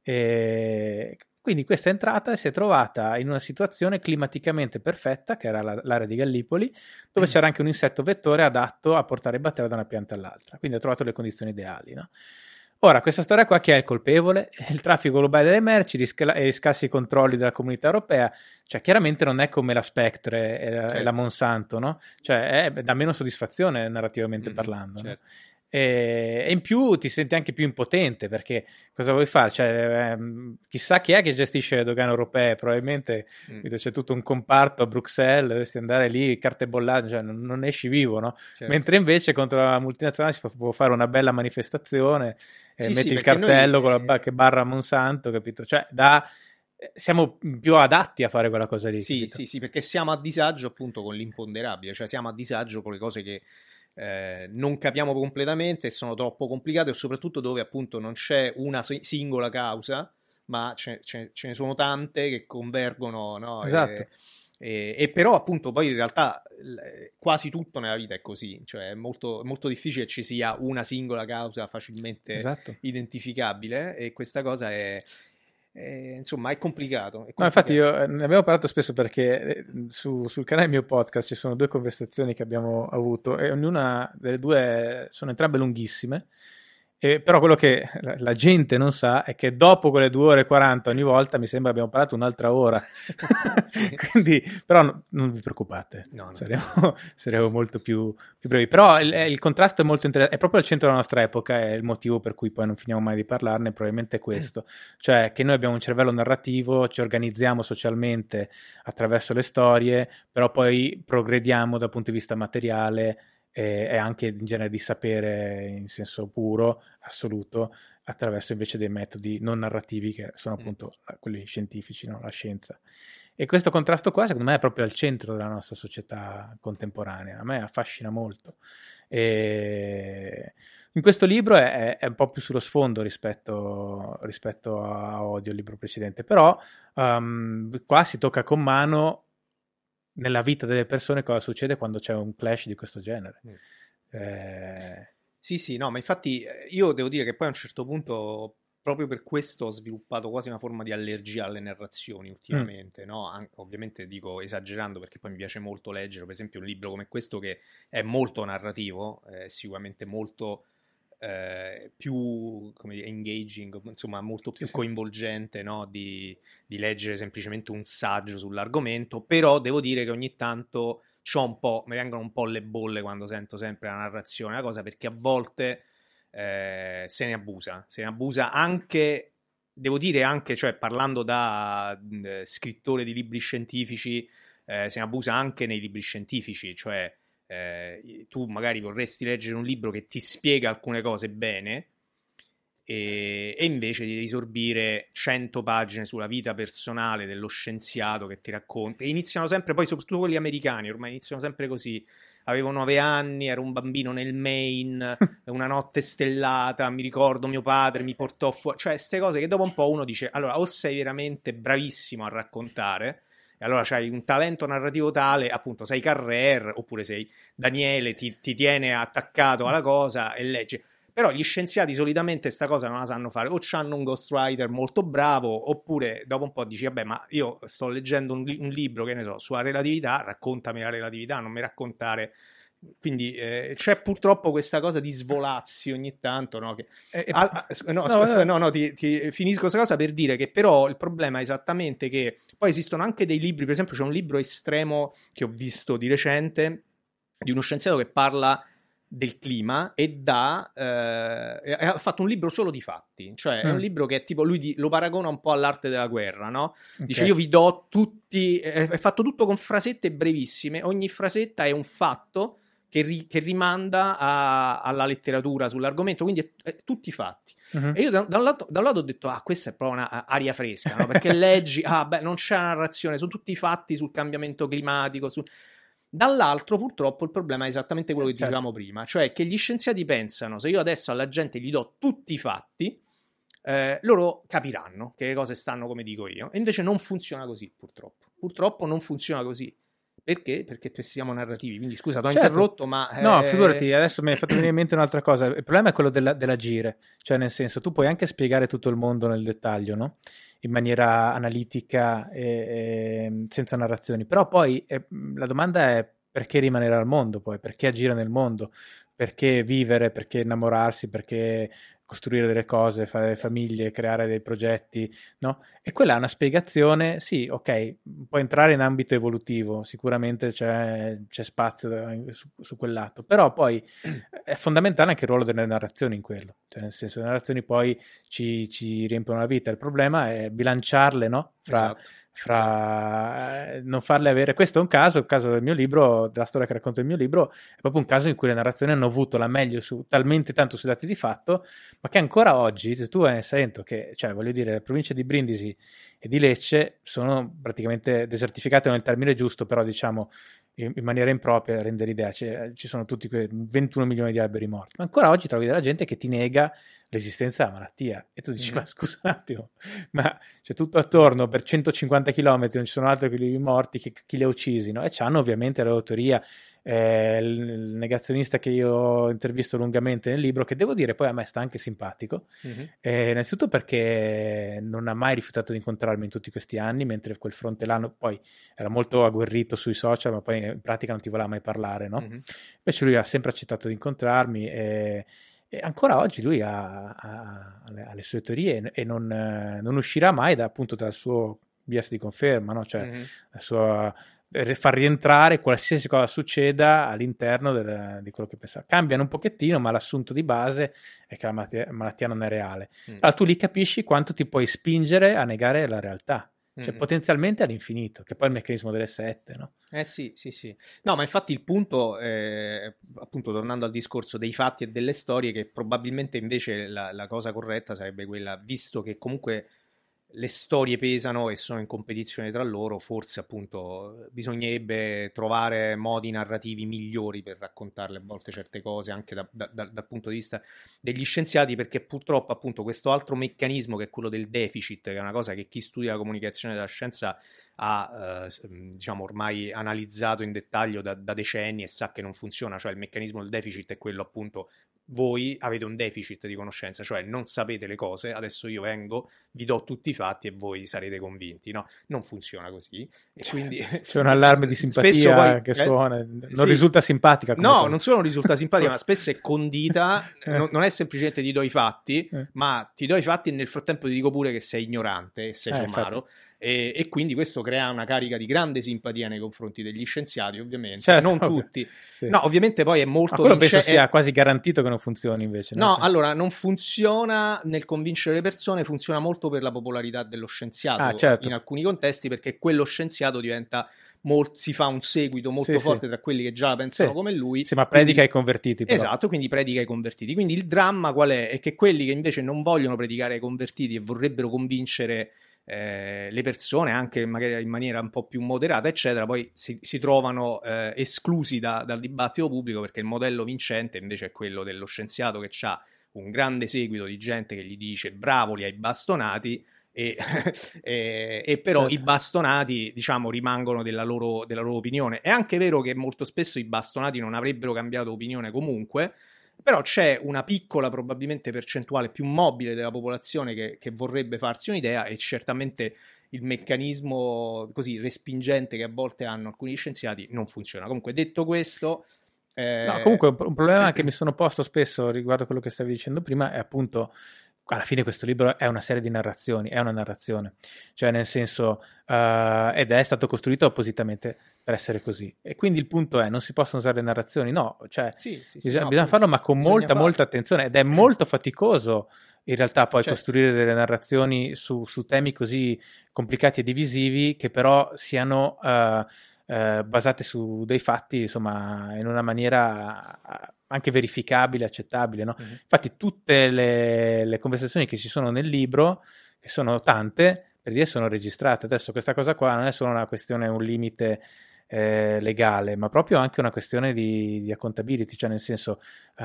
E quindi questa entrata e si è trovata in una situazione climaticamente perfetta, che era l'area di Gallipoli, dove c'era anche un insetto vettore adatto a portare il batterio da una pianta all'altra, quindi ha trovato le condizioni ideali, no? Ora, questa storia qua, chi è il colpevole? Il traffico globale delle merci e gli scarsi controlli della comunità europea. Cioè, chiaramente non è come la Spectre e la Monsanto, no? Cioè, dà meno soddisfazione narrativamente parlando, no? E in più ti senti anche più impotente, perché cosa vuoi fare? Cioè, chissà chi è che gestisce le dogane europee, probabilmente c'è tutto un comparto a Bruxelles, dovresti andare lì, carte bollate, cioè non esci vivo, no? Mentre invece contro la multinazionale si può fare una bella manifestazione, metti il cartello con che barra Monsanto, capito? Cioè, siamo più adatti a fare quella cosa lì. Sì, perché siamo a disagio appunto con l'imponderabile, cioè siamo a disagio con le cose che non capiamo completamente e sono troppo complicate, o soprattutto dove appunto non c'è una singola causa, ma ce ne sono tante che convergono, no? Esatto. E però appunto poi in realtà quasi tutto nella vita è così, cioè è molto, molto difficile che ci sia una singola causa facilmente identificabile, e questa cosa insomma è complicato. No, infatti ne abbiamo parlato spesso perché sul canale mio podcast ci sono 2 conversazioni che abbiamo avuto e ognuna delle 2 sono entrambe lunghissime, però quello che la gente non sa è che dopo quelle 2 ore e 40 ogni volta mi sembra abbiamo parlato un'altra ora. Quindi, però non vi preoccupate, saremo molto più brevi. Però il contrasto è molto interessante, è proprio al centro della nostra epoca, è il motivo per cui poi non finiamo mai di parlarne, probabilmente è questo, cioè che noi abbiamo un cervello narrativo, ci organizziamo socialmente attraverso le storie, però poi progrediamo dal punto di vista materiale e anche in genere di sapere in senso puro, assoluto, attraverso invece dei metodi non narrativi che sono appunto quelli scientifici, no? La scienza. E questo contrasto qua secondo me è proprio al centro della nostra società contemporanea, a me affascina molto. E in questo libro è un po' più sullo sfondo rispetto a Odio, il libro precedente, però qua si tocca con mano nella vita delle persone cosa succede quando c'è un clash di questo genere. Sì, no, ma infatti io devo dire che poi a un certo punto proprio per questo ho sviluppato quasi una forma di allergia alle narrazioni ultimamente, no? Ovviamente dico esagerando, perché poi mi piace molto leggere, per esempio un libro come questo che è molto narrativo, sicuramente molto più come dire, engaging, insomma molto più coinvolgente, no? di leggere semplicemente un saggio sull'argomento, però devo dire che ogni tanto mi vengono un po' le bolle quando sento sempre la narrazione, la cosa, perché a volte se ne abusa anche, devo dire anche, cioè parlando da scrittore di libri scientifici, se ne abusa anche nei libri scientifici, cioè tu magari vorresti leggere un libro che ti spiega alcune cose bene e invece di risorbire 100 pagine sulla vita personale dello scienziato che ti racconta, e iniziano sempre, poi soprattutto quelli americani ormai iniziano sempre così: avevo 9 anni, ero un bambino nel Maine, una notte stellata, mi ricordo mio padre mi portò fuori, cioè queste cose che dopo un po' uno dice allora o sei veramente bravissimo a raccontare e allora c'hai un talento narrativo tale, appunto sei Carrer, oppure sei Daniele, ti tiene attaccato alla cosa e leggi. Però gli scienziati solitamente sta cosa non la sanno fare, o c'hanno un ghostwriter molto bravo, oppure dopo un po' dici vabbè, ma io sto leggendo un libro, che ne so, sulla relatività, raccontami la relatività, non mi raccontare. Quindi c'è purtroppo questa cosa di svolazzi ogni tanto, no? Che, ti finisco questa cosa per dire che però il problema è esattamente che poi esistono anche dei libri, per esempio c'è un libro estremo che ho visto di recente di uno scienziato che parla del clima e ha fatto un libro solo di fatti, cioè è un libro che è tipo, lui lo paragona un po' all'arte della guerra, no? Dice io vi do tutti, è fatto tutto con frasette brevissime, ogni frasetta è un fatto che rimanda alla letteratura sull'argomento, quindi è tutti fatti. E io da un lato ho detto questa è proprio una aria fresca, no? Perché leggi, non c'è una narrazione, sono tutti fatti sul cambiamento climatico, Dall'altro purtroppo il problema è esattamente quello che dicevamo prima, cioè che gli scienziati pensano se io adesso alla gente gli do tutti i fatti, loro capiranno che le cose stanno come dico io, e invece non funziona così purtroppo non funziona così. Perché? Perché siamo narrativi, quindi scusa, ti ho interrotto, ma... No, figurati, adesso mi hai fatto venire in mente un'altra cosa. Il problema è quello dell'agire, cioè nel senso, tu puoi anche spiegare tutto il mondo nel dettaglio, no? In maniera analitica e senza narrazioni, però poi la domanda è perché rimanere al mondo poi, perché agire nel mondo, perché vivere, perché innamorarsi, perché costruire delle cose, fare famiglie, creare dei progetti, no? E quella è una spiegazione, sì, ok, può entrare in ambito evolutivo, sicuramente c'è spazio su quel lato, però poi è fondamentale anche il ruolo delle narrazioni in quello, cioè nel senso le narrazioni poi ci riempiono la vita, il problema è bilanciarle, no? Fra non farle avere, questo è un caso, il caso del mio libro, della storia che racconto nel mio libro, è proprio un caso in cui le narrazioni hanno avuto la meglio talmente tanto sui dati di fatto, ma che ancora oggi, se tu ne sento che, cioè voglio dire, le province di Brindisi e di Lecce sono praticamente desertificate, non è il termine giusto, però diciamo in maniera impropria a rendere l'idea, ci sono tutti quei 21 milioni di alberi morti, ma ancora oggi trovi della gente che ti nega l'esistenza della malattia e tu dici ma scusa un attimo, ma c'è tutto attorno per 150 km non ci sono altri quelli morti, chi li ha uccisi, no? E c'hanno ovviamente la loro teoria, il negazionista che io ho intervisto lungamente nel libro, che devo dire poi a me sta anche simpatico, innanzitutto perché non ha mai rifiutato di incontrarmi in tutti questi anni, mentre quel frontellano poi era molto agguerrito sui social, ma poi in pratica non ti voleva mai parlare, no? Invece lui ha sempre accettato di incontrarmi e ancora oggi lui ha le sue teorie e non uscirà mai appunto dal suo bias di conferma, no? Cioè la sua far rientrare qualsiasi cosa succeda all'interno di quello che pensa. Cambiano un pochettino, ma l'assunto di base è che la malattia non è reale. Allora tu lì capisci quanto ti puoi spingere a negare la realtà, cioè potenzialmente all'infinito, che poi è il meccanismo delle sette, no? Sì. No, ma infatti il punto, appunto tornando al discorso dei fatti e delle storie, che probabilmente invece la cosa corretta sarebbe quella, visto che comunque le storie pesano e sono in competizione tra loro, forse appunto bisognerebbe trovare modi narrativi migliori per raccontarle a volte certe cose anche dal punto di vista degli scienziati, perché purtroppo appunto questo altro meccanismo che è quello del deficit, che è una cosa che chi studia la comunicazione della scienza ha diciamo ormai analizzato in dettaglio da decenni e sa che non funziona, cioè il meccanismo del deficit è quello appunto, voi avete un deficit di conoscenza, cioè non sapete le cose, adesso io vengo, vi do tutti i fatti e voi sarete convinti, no? Non funziona così e quindi c'è un allarme di simpatia poi, che suona, non risulta simpatica no, non solo risulta simpatica ma spesso è condita, non è semplicemente ti do i fatti ma ti do i fatti e nel frattempo ti dico pure che sei ignorante e sei somaro e quindi questo crea una carica di grande simpatia nei confronti degli scienziati, ovviamente, certo, non tutti. Sì. No, ovviamente poi è molto... Ma quello penso sia quasi garantito che non funzioni invece. No, allora non funziona nel convincere le persone, funziona molto per la popolarità dello scienziato certo. in alcuni contesti, perché quello scienziato diventa... si fa un seguito molto forte tra quelli che già la pensano come lui. Sì, ma predica ai convertiti però. Esatto, quindi predica ai convertiti. Quindi il dramma qual è? È che quelli che invece non vogliono predicare ai convertiti e vorrebbero convincere le persone, anche magari in maniera un po' più moderata, eccetera, poi si trovano esclusi dal dibattito pubblico, perché il modello vincente invece è quello dello scienziato che ha un grande seguito di gente che gli dice bravo, li hai bastonati, e però i bastonati, diciamo, rimangono della loro opinione. È anche vero che molto spesso i bastonati non avrebbero cambiato opinione comunque, però c'è una piccola, probabilmente percentuale più mobile della popolazione che vorrebbe farsi un'idea, e certamente il meccanismo così respingente che a volte hanno alcuni scienziati non funziona. Comunque, detto questo... No, comunque un problema che mi sono posto spesso riguardo a quello che stavi dicendo prima è appunto... Alla fine questo libro è una serie di narrazioni, è una narrazione, cioè nel senso, ed è stato costruito appositamente per essere così, e quindi il punto è, non si possono usare le narrazioni, no, cioè bisogna farlo, ma con molta attenzione, ed è molto faticoso in realtà poi costruire delle narrazioni su temi così complicati e divisivi, che però siano basate su dei fatti, insomma, in una maniera anche verificabile, accettabile, no? Mm-hmm. Infatti tutte le conversazioni che ci sono nel libro, che sono tante, per dire sono registrate. Adesso questa cosa qua non è solo una questione, un limite legale, ma proprio anche una questione di accountability, cioè nel senso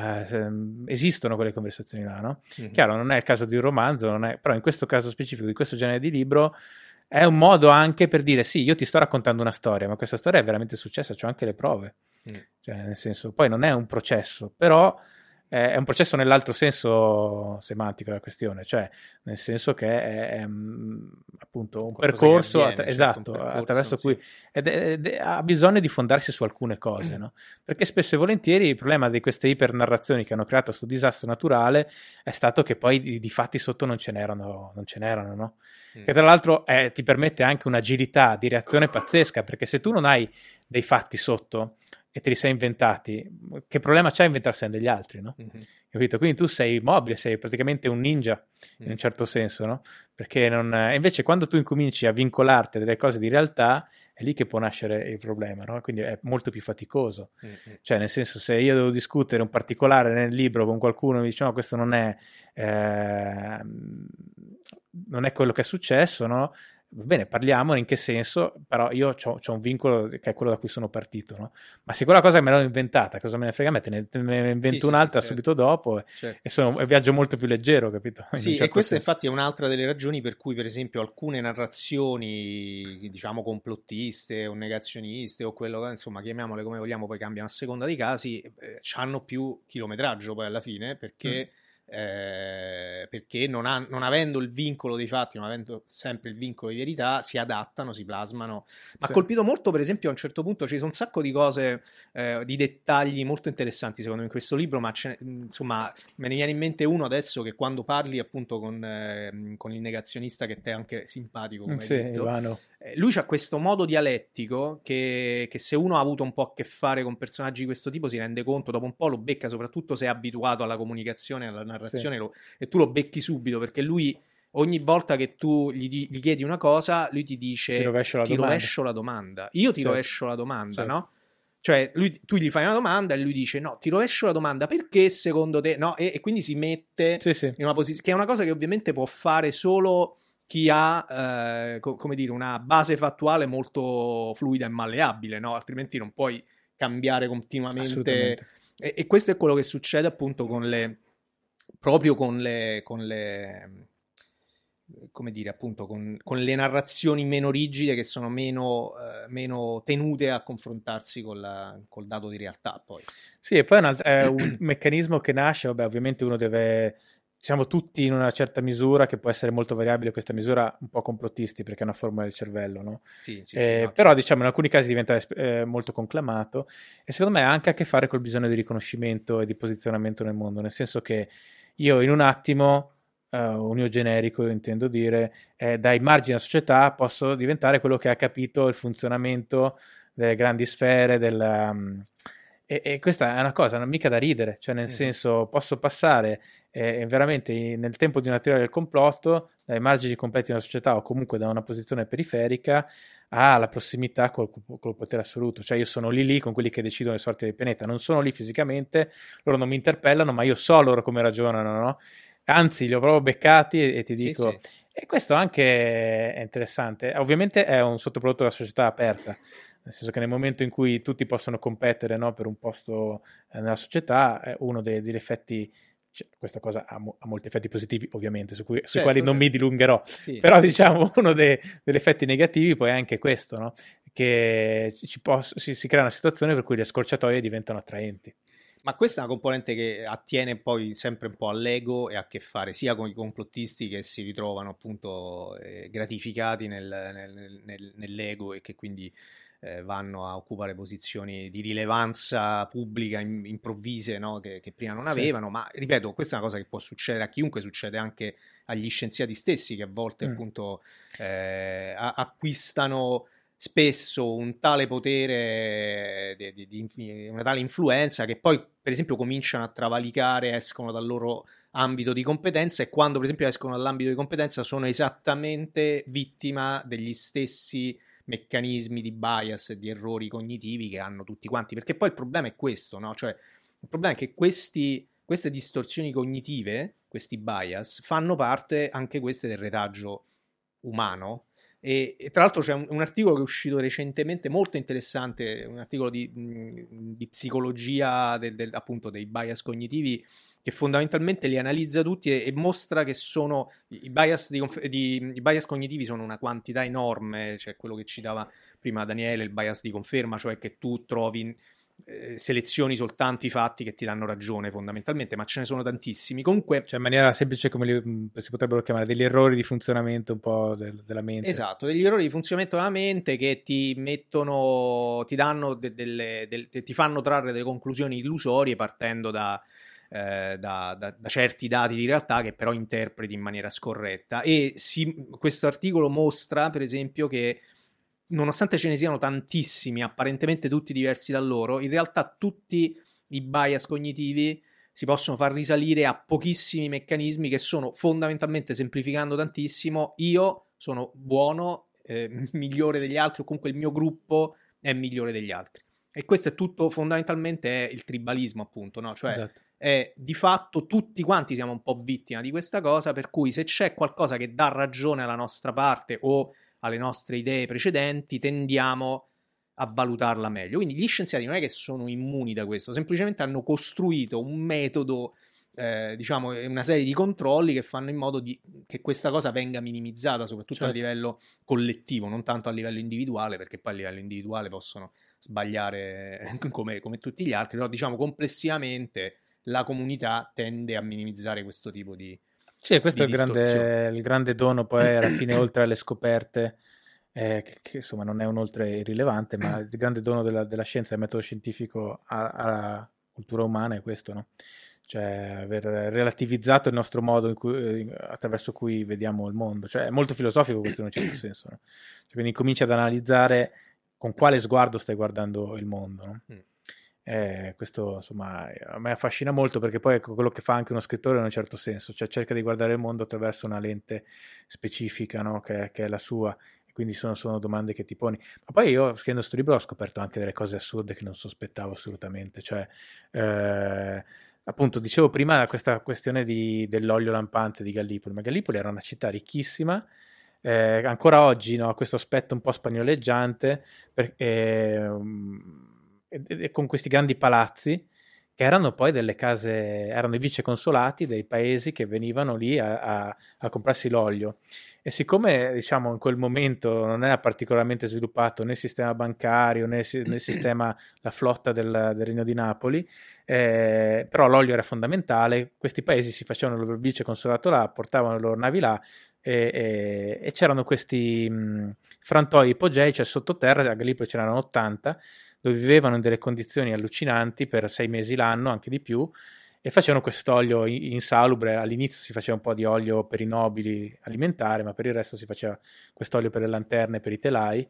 esistono quelle conversazioni là, no? Mm-hmm. Chiaro, non è il caso di un romanzo, però in questo caso specifico di questo genere di libro è un modo anche per dire sì, io ti sto raccontando una storia, ma questa storia è veramente successa, c'ho anche le prove. Cioè, nel senso, poi non è un processo, però è un processo nell'altro senso semantico della questione, cioè nel senso che è appunto un percorso, esatto, un percorso, attraverso cui ha bisogno di fondarsi su alcune cose, no? Perché spesso e volentieri il problema di queste ipernarrazioni che hanno creato questo disastro naturale è stato che poi di fatti sotto non ce n'erano, no? Che tra l'altro ti permette anche un'agilità di reazione pazzesca, perché se tu non hai dei fatti sotto e te li sei inventati, che problema c'è a inventarsene degli altri, no? Mm-hmm. Capito? Quindi tu sei mobile, sei praticamente un ninja in un certo senso, no? Perché invece quando tu incominci a vincolarti a delle cose di realtà, è lì che può nascere il problema, no? Quindi è molto più faticoso. Mm-hmm. Cioè, nel senso, se io devo discutere un particolare nel libro con qualcuno e mi dice no, questo non è quello che è successo, no? Va bene, parliamone, in che senso, però io c'ho un vincolo che è quello da cui sono partito, no? Ma se quella cosa me l'ho inventata, cosa me ne frega a me? Te ne invento un'altra subito dopo e viaggio molto più leggero, capito? Sì, certo, e questa infatti è un'altra delle ragioni per cui, per esempio, alcune narrazioni, diciamo, complottiste o negazioniste o quello, insomma, chiamiamole come vogliamo, poi cambiano a seconda dei casi, hanno più chilometraggio poi alla fine, perché non avendo il vincolo dei fatti, non avendo sempre il vincolo di verità, si adattano, si plasmano. Ma ha colpito molto, per esempio, a un certo punto ci sono un sacco di cose, di dettagli molto interessanti secondo me in questo libro, ma insomma me ne viene in mente uno adesso, che quando parli appunto con il negazionista, che te è anche simpatico, come hai detto, lui c'ha questo modo dialettico che se uno ha avuto un po' a che fare con personaggi di questo tipo si rende conto, dopo un po' lo becca, soprattutto se è abituato alla comunicazione, alla narrazione, e tu lo becchi subito, perché lui ogni volta che tu gli chiedi una cosa, lui ti dice ti rovescio la domanda, io ti rovescio la domanda, no? Cioè tu gli fai una domanda e lui dice no, ti rovescio la domanda perché secondo te, no? E quindi si mette in una posizione, che è una cosa che ovviamente può fare solo chi ha come dire, una base fattuale molto fluida e malleabile, no? Altrimenti non puoi cambiare continuamente. E questo è quello che succede appunto con le come dire, appunto con le narrazioni meno rigide, che sono meno tenute a confrontarsi col dato di realtà poi. Sì, e poi è un meccanismo che nasce, vabbè, ovviamente uno deve, siamo tutti in una certa misura, che può essere molto variabile questa misura, un po' complottisti, perché è una forma del cervello, no? Sì, però diciamo in alcuni casi diventa molto conclamato, e secondo me ha anche a che fare col bisogno di riconoscimento e di posizionamento nel mondo, nel senso che io in un attimo un io generico, intendo dire, dai margini della società posso diventare quello che ha capito il funzionamento delle grandi sfere, e questa è una cosa non mica da ridere, cioè nel senso posso passare veramente nel tempo di una teoria del complotto dai margini completi della società o comunque da una posizione periferica alla prossimità col potere assoluto, cioè io sono lì con quelli che decidono le sorti del pianeta, non sono lì fisicamente, loro non mi interpellano, ma io so loro come ragionano, no? Anzi, li ho proprio beccati e ti dico, sì. e questo anche è interessante. Ovviamente è un sottoprodotto della società aperta, nel senso che nel momento in cui tutti possono competere, no, per un posto nella società, uno degli effetti, cioè, questa cosa ha molti effetti positivi, ovviamente, sui quali non mi dilungherò, Sì. però diciamo uno degli effetti negativi poi è anche questo, no? Che si crea una situazione per cui le scorciatoie diventano attraenti. Ma questa è una componente che attiene poi sempre un po' all'ego e ha a che fare sia con i complottisti che si ritrovano appunto gratificati nell'ego e che quindi vanno a occupare posizioni di rilevanza pubblica improvvise, no? Che prima non avevano, ma ripeto, questa è una cosa che può succedere a chiunque, succede anche agli scienziati stessi che a volte appunto acquistano spesso un tale potere, una tale influenza che poi per esempio cominciano a travalicare, escono dal loro ambito di competenza e quando per esempio escono dall'ambito di competenza sono esattamente vittima degli stessi meccanismi di bias e di errori cognitivi che hanno tutti quanti, perché poi il problema è questo, no? Cioè il problema è che queste distorsioni cognitive, questi bias, fanno parte anche queste del retaggio umano. E tra l'altro c'è un articolo che è uscito recentemente molto interessante, un articolo di psicologia appunto dei bias cognitivi che fondamentalmente li analizza tutti e mostra che sono i bias, i bias cognitivi sono una quantità enorme, cioè quello che citava prima Daniele, il bias di conferma, cioè che tu trovi selezioni soltanto i fatti che ti danno ragione fondamentalmente, ma ce ne sono tantissimi. Comunque, cioè in maniera semplice come si potrebbero chiamare degli errori di funzionamento un po' della mente. Esatto, degli errori di funzionamento della mente che ti mettono, ti danno ti fanno trarre delle conclusioni illusorie partendo da certi dati di realtà che però interpreti in maniera scorretta. E questo articolo mostra, per esempio, che nonostante ce ne siano tantissimi, apparentemente tutti diversi da loro, in realtà tutti i bias cognitivi si possono far risalire a pochissimi meccanismi che sono fondamentalmente, semplificando tantissimo, io sono buono, migliore degli altri, o comunque il mio gruppo è migliore degli altri. E questo è tutto, fondamentalmente, è il tribalismo, appunto, no? Cioè, esatto. di fatto tutti quanti siamo un po' vittima di questa cosa, per cui se c'è qualcosa che dà ragione alla nostra parte o alle nostre idee precedenti, tendiamo a valutarla meglio. Quindi gli scienziati non è che sono immuni da questo, semplicemente hanno costruito un metodo, diciamo, una serie di controlli che fanno in modo che questa cosa venga minimizzata, soprattutto a livello collettivo, non tanto a livello individuale, perché poi a livello individuale possono sbagliare come tutti gli altri, però diciamo complessivamente la comunità tende a minimizzare questo tipo di Sì, questo è distorsione. il grande dono poi alla fine, oltre alle scoperte, che insomma non è un oltre irrilevante, ma il grande dono della scienza e del metodo scientifico alla cultura umana è questo, no? Cioè aver relativizzato il nostro modo attraverso cui vediamo il mondo. Cioè è molto filosofico questo in un certo senso, no? Cioè, quindi cominci ad analizzare con quale sguardo stai guardando il mondo, no? Questo insomma a me affascina molto perché poi è quello che fa anche uno scrittore in un certo senso, cioè cerca di guardare il mondo attraverso una lente specifica, no? che è la sua, e quindi sono domande che ti poni. Ma poi io scrivendo questo libro ho scoperto anche delle cose assurde che non sospettavo assolutamente, cioè appunto dicevo prima questa questione dell'olio lampante di Gallipoli, ma Gallipoli era una città ricchissima, ancora oggi, no, ha questo aspetto un po' spagnoleggiante e con questi grandi palazzi che erano poi delle case, erano i viceconsolati dei paesi che venivano lì a comprarsi l'olio. E siccome diciamo in quel momento non era particolarmente sviluppato né il sistema bancario né il sistema, la flotta del Regno di Napoli, però l'olio era fondamentale, questi paesi si facevano il loro viceconsolato là, portavano le loro navi là e c'erano questi frantoi ipogei, cioè sottoterra, a Gallipoli ce n'erano 80, dove vivevano in delle condizioni allucinanti per 6 mesi l'anno, anche di più, e facevano quest'olio insalubre. All'inizio si faceva un po' di olio per i nobili alimentare, ma per il resto si faceva quest'olio per le lanterne, per i telai.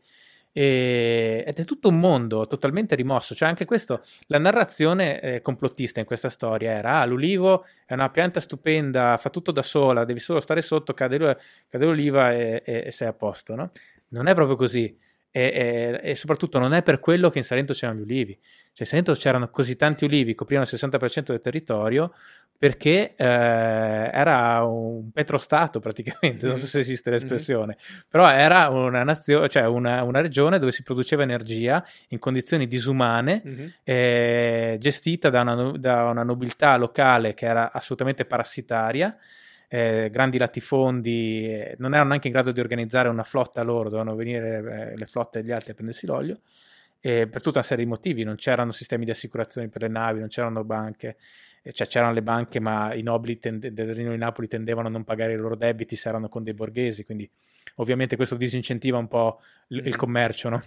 Ed è tutto un mondo totalmente rimosso, cioè anche questo, la narrazione complottista in questa storia era: l'ulivo è una pianta stupenda, fa tutto da sola, devi solo stare sotto, cade l'oliva e sei a posto, no? Non è proprio così, e soprattutto non è per quello che in Salento c'erano gli ulivi. Cioè in Salento c'erano così tanti ulivi, coprivano il 60% del territorio, perché era un petrostato praticamente, non so se esiste l'espressione, però era una nazione, cioè una regione dove si produceva energia in condizioni disumane, gestita da una nobiltà locale che era assolutamente parassitaria. Grandi latifondi, non erano neanche in grado di organizzare una flotta loro, dovevano venire le flotte degli altri a prendersi l'olio, per tutta una serie di motivi. Non c'erano sistemi di assicurazione per le navi, non c'erano banche, cioè c'erano le banche, ma i nobili del Regno di Napoli tendevano a non pagare i loro debiti se erano con dei borghesi, quindi ovviamente questo disincentiva un po' il commercio, no?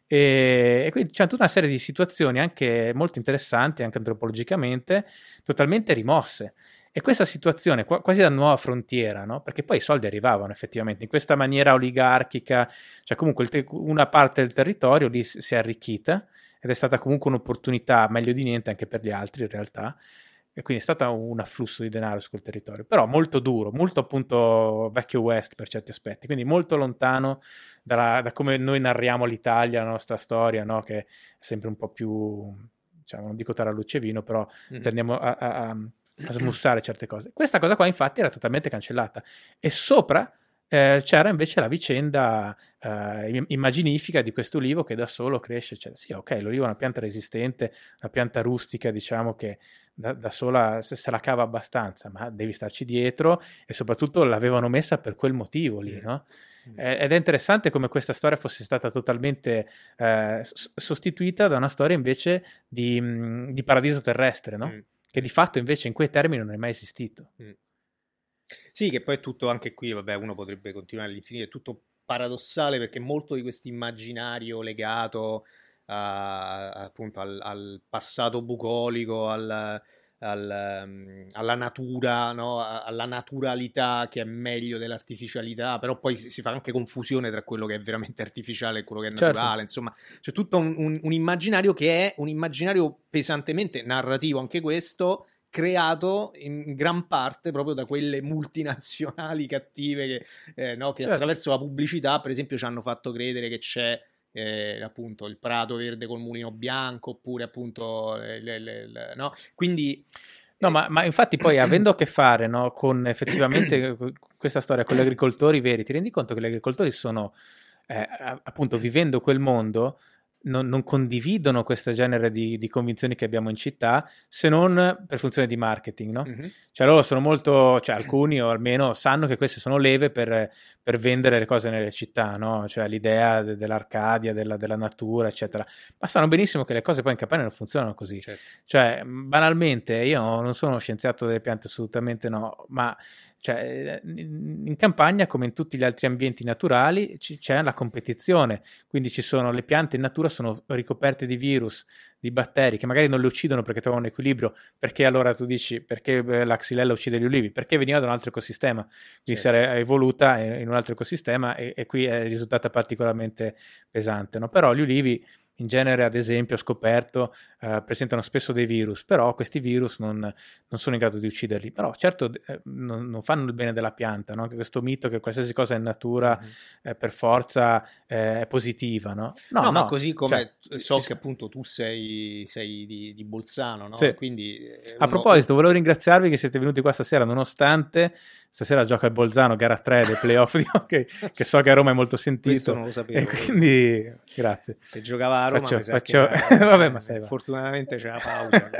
E quindi c'è tutta una serie di situazioni anche molto interessanti, anche antropologicamente, totalmente rimosse. E questa situazione quasi da nuova frontiera, no? Perché poi i soldi arrivavano effettivamente in questa maniera oligarchica, cioè comunque una parte del territorio lì si è arricchita ed è stata comunque un'opportunità meglio di niente anche per gli altri in realtà, e quindi è stato un afflusso di denaro su quel territorio, però molto duro, molto appunto vecchio West per certi aspetti, quindi molto lontano da come noi narriamo l'Italia, la nostra storia, no? Che è sempre un po' più, diciamo, non dico tarallucce e vino, però tendiamo a smussare certe cose. Questa cosa qua infatti era totalmente cancellata, e sopra c'era invece la vicenda immaginifica di questo ulivo che da solo cresce. Cioè, sì, ok, l'olivo è una pianta resistente, una pianta rustica, diciamo, che da sola se la cava abbastanza, ma devi starci dietro, e soprattutto l'avevano messa per quel motivo lì, no? Ed è interessante come questa storia fosse stata totalmente sostituita da una storia invece di paradiso terrestre, no? Che di fatto invece in quei termini non è mai esistito. Sì, che poi è tutto anche qui, vabbè, uno potrebbe continuare all'infinito, è tutto paradossale, perché molto di questo immaginario legato appunto al passato bucolico, alla natura, no? Alla naturalità, che è meglio dell'artificialità, però poi si fa anche confusione tra quello che è veramente artificiale e quello che è naturale. Certo. Insomma, c'è tutto un immaginario che è un immaginario pesantemente narrativo, anche questo, creato in gran parte proprio da quelle multinazionali cattive che, no, che certo, attraverso la pubblicità, per esempio, ci hanno fatto credere che c'è appunto il prato verde col mulino bianco, oppure appunto no? Quindi no, ma infatti poi avendo a che fare, no, con effettivamente questa storia con gli agricoltori veri, ti rendi conto che gli agricoltori sono appunto, vivendo quel mondo, non condividono questo genere di convinzioni che abbiamo in città, se non per funzione di marketing, no? Cioè loro sono molto, cioè alcuni o almeno sanno che queste sono leve per vendere le cose nelle città, no? Cioè l'idea dell'Arcadia, della natura, eccetera. Ma sanno benissimo che le cose poi in Campania non funzionano così. Certo. Cioè, banalmente, io non sono uno scienziato delle piante, assolutamente no, ma cioè, in campagna, come in tutti gli altri ambienti naturali, c'è la competizione, quindi ci sono le piante in natura, sono ricoperte di virus, di batteri che magari non le uccidono perché trovano un equilibrio. Perché allora tu dici perché la xylella uccide gli ulivi? Perché veniva da un altro ecosistema, quindi certo, si era evoluta in un altro ecosistema, e qui è risultata particolarmente pesante, no? Però gli ulivi in genere, ad esempio, ho scoperto, presentano spesso dei virus, però questi virus non sono in grado di ucciderli. Però certo non fanno il bene della pianta, no? Anche questo mito che qualsiasi cosa in natura per forza è positiva, no? No, ma così come so che appunto tu sei di Bolzano, no? Sì. Quindi a proposito, volevo ringraziarvi che siete venuti qua stasera, nonostante stasera gioca il Bolzano, gara 3 dei playoff di hockey, che so che a Roma è molto sentito. Questo non lo sapevo. E quindi, grazie. Se giocava a Roma vabbè, ma sai, fortunatamente c'è la pausa.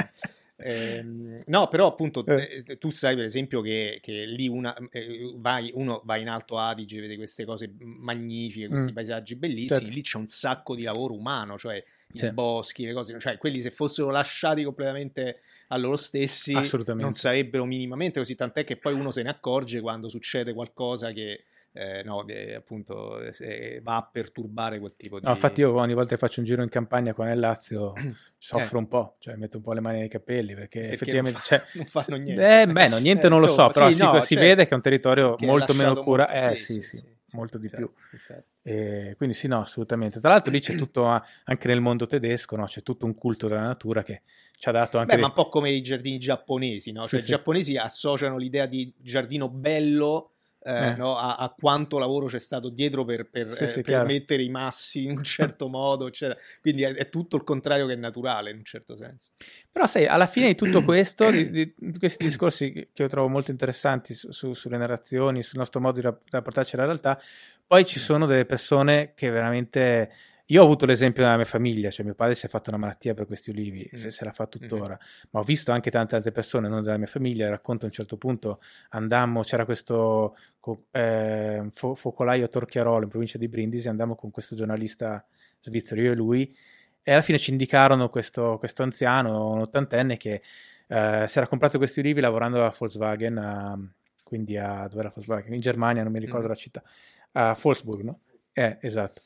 No, però appunto tu sai per esempio che lì uno va in Alto Adige, vede queste cose magnifiche, questi paesaggi bellissimi, certo, lì c'è un sacco di lavoro umano, cioè i boschi, le cose, cioè quelli se fossero lasciati completamente a loro stessi non sarebbero minimamente così, tant'è che poi uno se ne accorge quando succede qualcosa che no, appunto va a perturbare quel tipo No, di... infatti io ogni volta che faccio un giro in campagna qua nel Lazio soffro un po', cioè metto un po' le mani nei capelli perché effettivamente non fanno niente. no, niente non lo so, Insomma, però sì, no, si vede che è un territorio che è molto meno lasciato cura, molto, sì, molto di infatti, più. infatti. Quindi sì, no, assolutamente. Tra l'altro lì c'è tutto, anche nel mondo tedesco, no? C'è tutto un culto della natura che ci ha dato anche... Beh, ma un po' come i giardini giapponesi, no? Sì, Cioè, i sì. giapponesi associano l'idea di giardino bello no? a quanto lavoro c'è stato dietro Sì, sì, per chiaro. mettere i massi in un certo modo, eccetera. Quindi è tutto il contrario che è naturale, in un certo senso. Però sai, alla fine di tutto questo, di questi discorsi che io trovo molto interessanti sulle narrazioni, sul nostro modo di rapportarci alla realtà, poi ci sono delle persone che veramente... Io ho avuto l'esempio nella mia famiglia, cioè mio padre si è fatto una malattia per questi ulivi, se la fa tuttora, ma ho visto anche tante altre persone, non della mia famiglia, racconto a un certo punto, c'era questo focolaio a Torchiarolo in provincia di Brindisi, andammo con questo giornalista svizzero, io e lui, e alla fine ci indicarono questo anziano, un ottantenne, che si era comprato questi ulivi lavorando alla Volkswagen, quindi dove era Volkswagen? In Germania, non mi ricordo la città, a Wolfsburg, no? Esatto.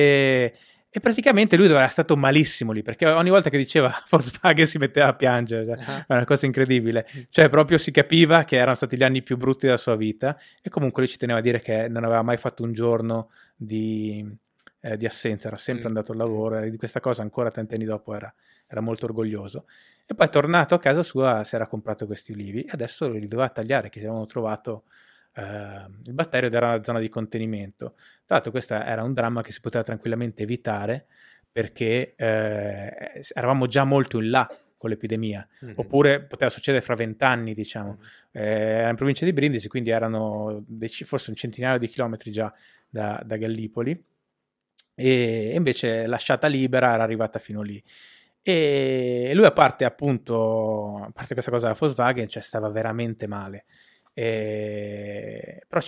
E praticamente lui era stato malissimo lì, perché ogni volta che diceva Volkswagen si metteva a piangere, cioè, è una cosa incredibile. Cioè proprio si capiva che erano stati gli anni più brutti della sua vita, e comunque lui ci teneva a dire che non aveva mai fatto un giorno di assenza, era sempre andato al lavoro, e di questa cosa ancora tanti anni dopo era molto orgoglioso. E poi tornato a casa sua si era comprato questi ulivi e adesso li doveva tagliare, che avevano trovato il batterio ed era una zona di contenimento. Tra l'altro questo era un dramma che si poteva tranquillamente evitare, perché eravamo già molto in là con l'epidemia, oppure poteva succedere fra 20 anni, diciamo. Era in provincia di Brindisi, quindi erano forse un centinaio di chilometri già da Gallipoli, e invece lasciata libera era arrivata fino lì. E lui, a parte questa cosa della Volkswagen, cioè stava veramente male. Però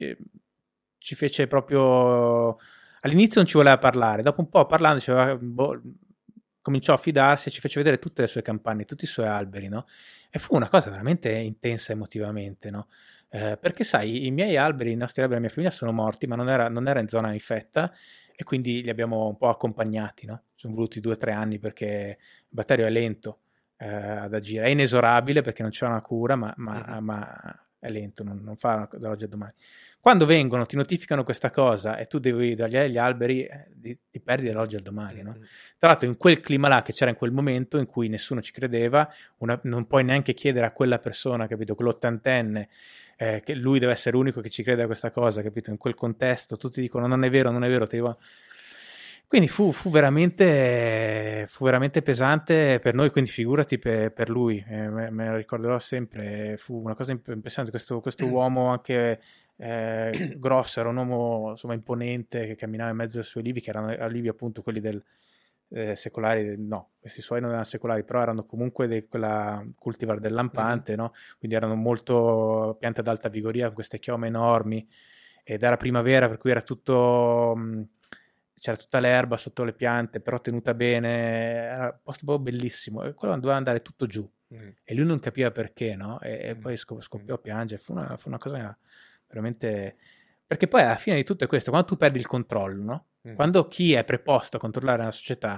ci fece proprio... All'inizio non ci voleva parlare, dopo un po' parlando cominciò a fidarsi e ci fece vedere tutte le sue campagne, tutti i suoi alberi, no? E fu una cosa veramente intensa emotivamente, no? Perché sai, i miei alberi, i nostri alberi della mia famiglia sono morti, ma non era in zona infetta, e quindi li abbiamo un po' accompagnati, no? Sono voluti 2 o 3 anni perché il batterio è lento ad agire, è inesorabile perché non c'è una cura, ma è lento, non fa dall'oggi al domani. Quando vengono, ti notificano questa cosa e tu devi tagliare gli alberi, ti perdi dall'oggi al domani, no? Tra l'altro in quel clima là che c'era in quel momento in cui nessuno ci credeva, non puoi neanche chiedere a quella persona, capito, quell'ottantenne, che lui deve essere l'unico che ci crede a questa cosa, capito? In quel contesto tutti dicono non è vero, ti dico... Quindi fu veramente pesante per noi, quindi figurati per lui, me lo ricorderò sempre, fu una cosa impressionante, questo uomo anche grosso, era un uomo insomma imponente che camminava in mezzo ai suoi olivi, che erano olivi appunto quelli secolari, no, questi suoi non erano secolari, però erano comunque quella cultivar del lampante, no? Quindi erano molto piante ad alta vigoria, con queste chiome enormi, ed era primavera, per cui era tutto... c'era tutta l'erba sotto le piante, però tenuta bene, era un posto proprio bellissimo, e quello doveva andare tutto giù, e lui non capiva perché, no? E poi scoppiò a piangere, fu una cosa veramente... Perché poi alla fine di tutto è questo, quando tu perdi il controllo, no? Quando chi è preposto a controllare una società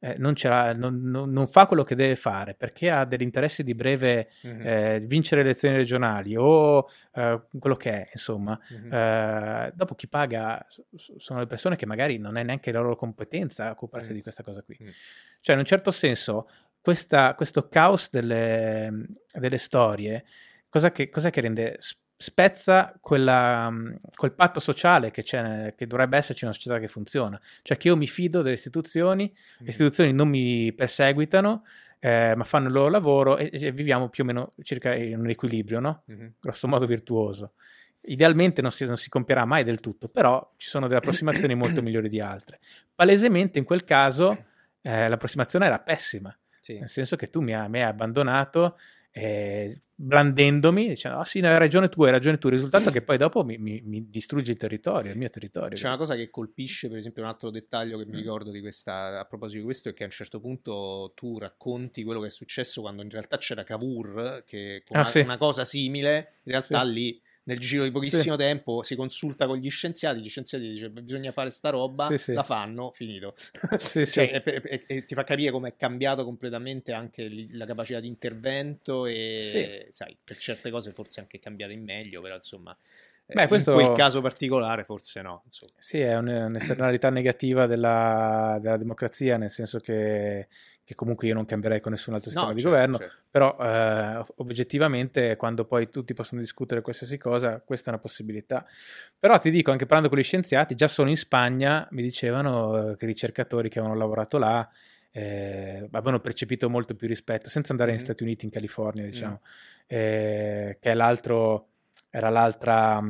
non fa quello che deve fare perché ha degli interessi di breve, vincere le elezioni regionali o quello che è, insomma, dopo chi paga sono le persone che magari non è neanche la loro competenza occuparsi di questa cosa qui. Cioè, in un certo senso, questo caos delle storie, cosa che rende... spezza quel patto sociale che c'è, che dovrebbe esserci in una società che funziona, cioè che io mi fido delle istituzioni, le istituzioni non mi perseguitano, ma fanno il loro lavoro, e viviamo più o meno circa in un equilibrio, no? Grosso modo virtuoso. Idealmente non si compierà mai del tutto, però ci sono delle approssimazioni molto migliori di altre. Palesemente in quel caso l'approssimazione era pessima, nel senso che tu mi hai abbandonato, blandendomi, dicendo oh sì, hai ragione tu, il risultato è che poi dopo mi distruggi il mio territorio. C'è una cosa che colpisce, per esempio, un altro dettaglio che mi ricordo di questa, a proposito di questo, è che a un certo punto tu racconti quello che è successo quando in realtà c'era Cavour che con una cosa simile, in realtà lì nel giro di pochissimo tempo, si consulta con gli scienziati dicono bisogna fare sta roba, la fanno, finito. Cioè, e ti fa capire come è cambiato completamente anche la capacità di intervento e sai, per certe cose forse anche cambiata in meglio, però insomma questo, in quel caso particolare forse no, insomma. Sì, è un'esternalità negativa della democrazia, nel senso che comunque io non cambierei con nessun altro sistema di governo, però oggettivamente quando poi tutti possono discutere qualsiasi cosa, questa è una possibilità. Però ti dico, anche parlando con gli scienziati, già solo in Spagna mi dicevano che i ricercatori che avevano lavorato là avevano percepito molto più rispetto, senza andare negli Stati Uniti, in California, diciamo, che è era l'altra,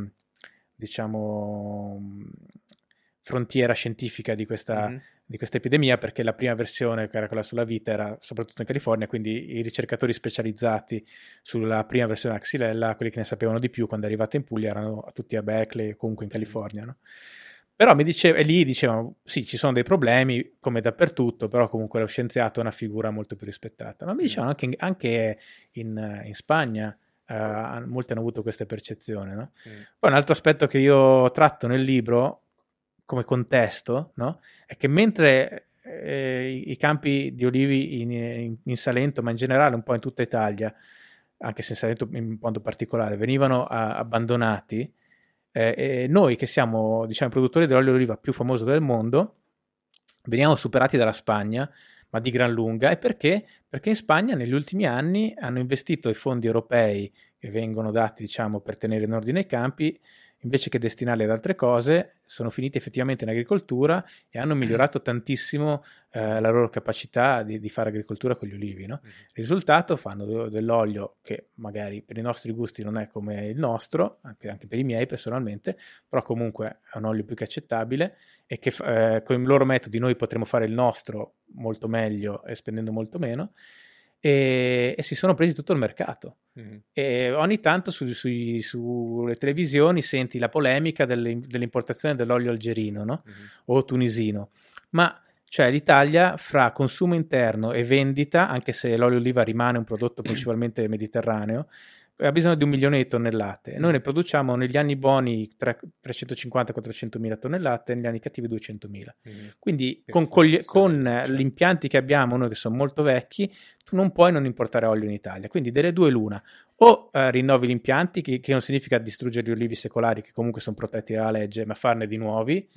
diciamo, frontiera scientifica di questa epidemia, perché la prima versione, che era quella sulla vita, era soprattutto in California, quindi i ricercatori specializzati sulla prima versione della Xylella, quelli che ne sapevano di più quando è arrivata in Puglia, erano tutti a Berkeley, comunque in California, no? Però lì dicevano, sì, ci sono dei problemi, come dappertutto, però comunque lo scienziato è una figura molto più rispettata. Ma mi dicevano anche in Spagna, molti hanno avuto questa percezione, no? Poi un altro aspetto che io tratto nel libro come contesto, no? È che mentre i campi di olivi in Salento, ma in generale un po' in tutta Italia, anche se in Salento in modo particolare, venivano abbandonati, e noi che siamo, diciamo, i produttori dell'olio d'oliva più famoso del mondo, veniamo superati dalla Spagna, ma di gran lunga. E perché? Perché in Spagna negli ultimi anni hanno investito i fondi europei che vengono dati, diciamo, per tenere in ordine i campi, invece che destinarli ad altre cose, sono finiti effettivamente in agricoltura e hanno migliorato tantissimo la loro capacità di fare agricoltura con gli olivi, no? Il risultato, fanno dell'olio che magari per i nostri gusti non è come il nostro, anche per i miei personalmente, però comunque è un olio più che accettabile e che con i loro metodi noi potremo fare il nostro molto meglio e spendendo molto meno. E si sono presi tutto il mercato. E ogni tanto sulle televisioni senti la polemica dell'importazione dell'olio algerino, no? O tunisino, ma cioè l'Italia fra consumo interno e vendita, anche se l'olio oliva rimane un prodotto principalmente mediterraneo, ha bisogno di 1 milione di tonnellate. Noi ne produciamo negli anni buoni 350-400 mila tonnellate, negli anni cattivi 200 mila. Quindi con gli impianti che abbiamo noi, che sono molto vecchi, tu non puoi non importare olio in Italia. Quindi delle due l'una: o rinnovi gli impianti, che non significa distruggere gli olivi secolari, che comunque sono protetti dalla legge, ma farne di nuovi,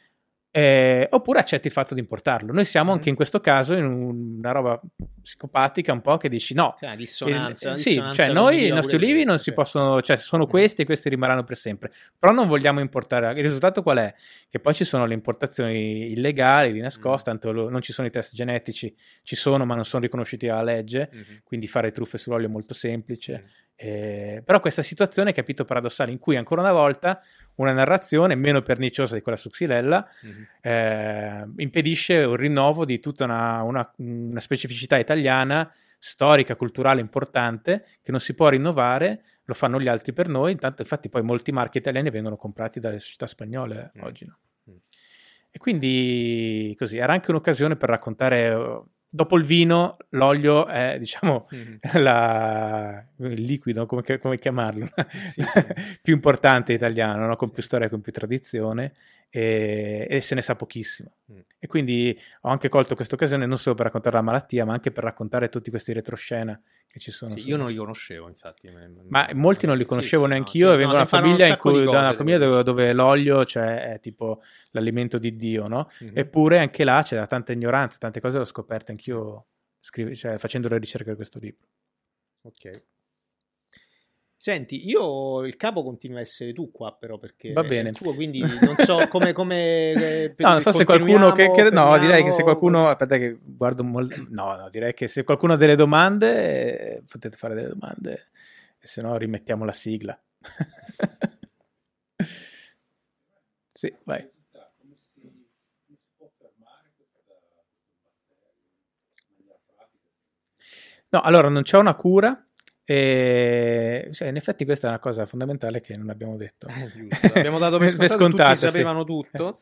oppure accetti il fatto di importarlo. Noi siamo anche in questo caso in una roba psicopatica un po', che dici no, cioè, dissonanza, sì, cioè noi i nostri olivi non si possono, cioè sono questi e questi rimarranno per sempre, però non vogliamo importare. Il risultato qual è? Che poi ci sono le importazioni illegali di nascosto, tanto non ci sono i test genetici, ci sono ma non sono riconosciuti dalla legge, quindi fare truffe sull'olio è molto semplice. Però questa situazione, capito, paradossale, in cui ancora una volta una narrazione meno perniciosa di quella su Xylella impedisce un rinnovo di tutta una specificità italiana, storica, culturale importante, che non si può rinnovare, lo fanno gli altri per noi. Intanto, infatti, poi molti marchi italiani vengono comprati dalle società spagnole oggi, no? E quindi così era anche un'occasione per raccontare. Dopo il vino, l'olio è, diciamo, il liquido, come chiamarlo, sì. più importante italiano, no? Con più storia, con più tradizione, e se ne sa pochissimo. E quindi ho anche colto questa occasione non solo per raccontare la malattia, ma anche per raccontare tutti questi retroscena che ci sono. Sì, io non li conoscevo, infatti. Ma molti non li conoscevo neanch'io, e vengo da una famiglia dove l'olio, cioè, è tipo l'alimento di Dio, no? Eppure anche là c'è tanta ignoranza, tante cose l'ho scoperte anch'io facendo la ricerca di questo libro. Ok. Senti, io il capo continua a essere tu qua, però, perché va bene. È il tuo, quindi non so come no, non so se qualcuno no, direi che se qualcuno aspetta che guardo no, direi che se qualcuno ha delle domande potete fare delle domande, e se no rimettiamo la sigla. Sì, vai. No, allora non c'è una cura. Cioè, in effetti questa è una cosa fondamentale che non abbiamo detto. Abbiamo dato per scontato, tutti sapevano tutto.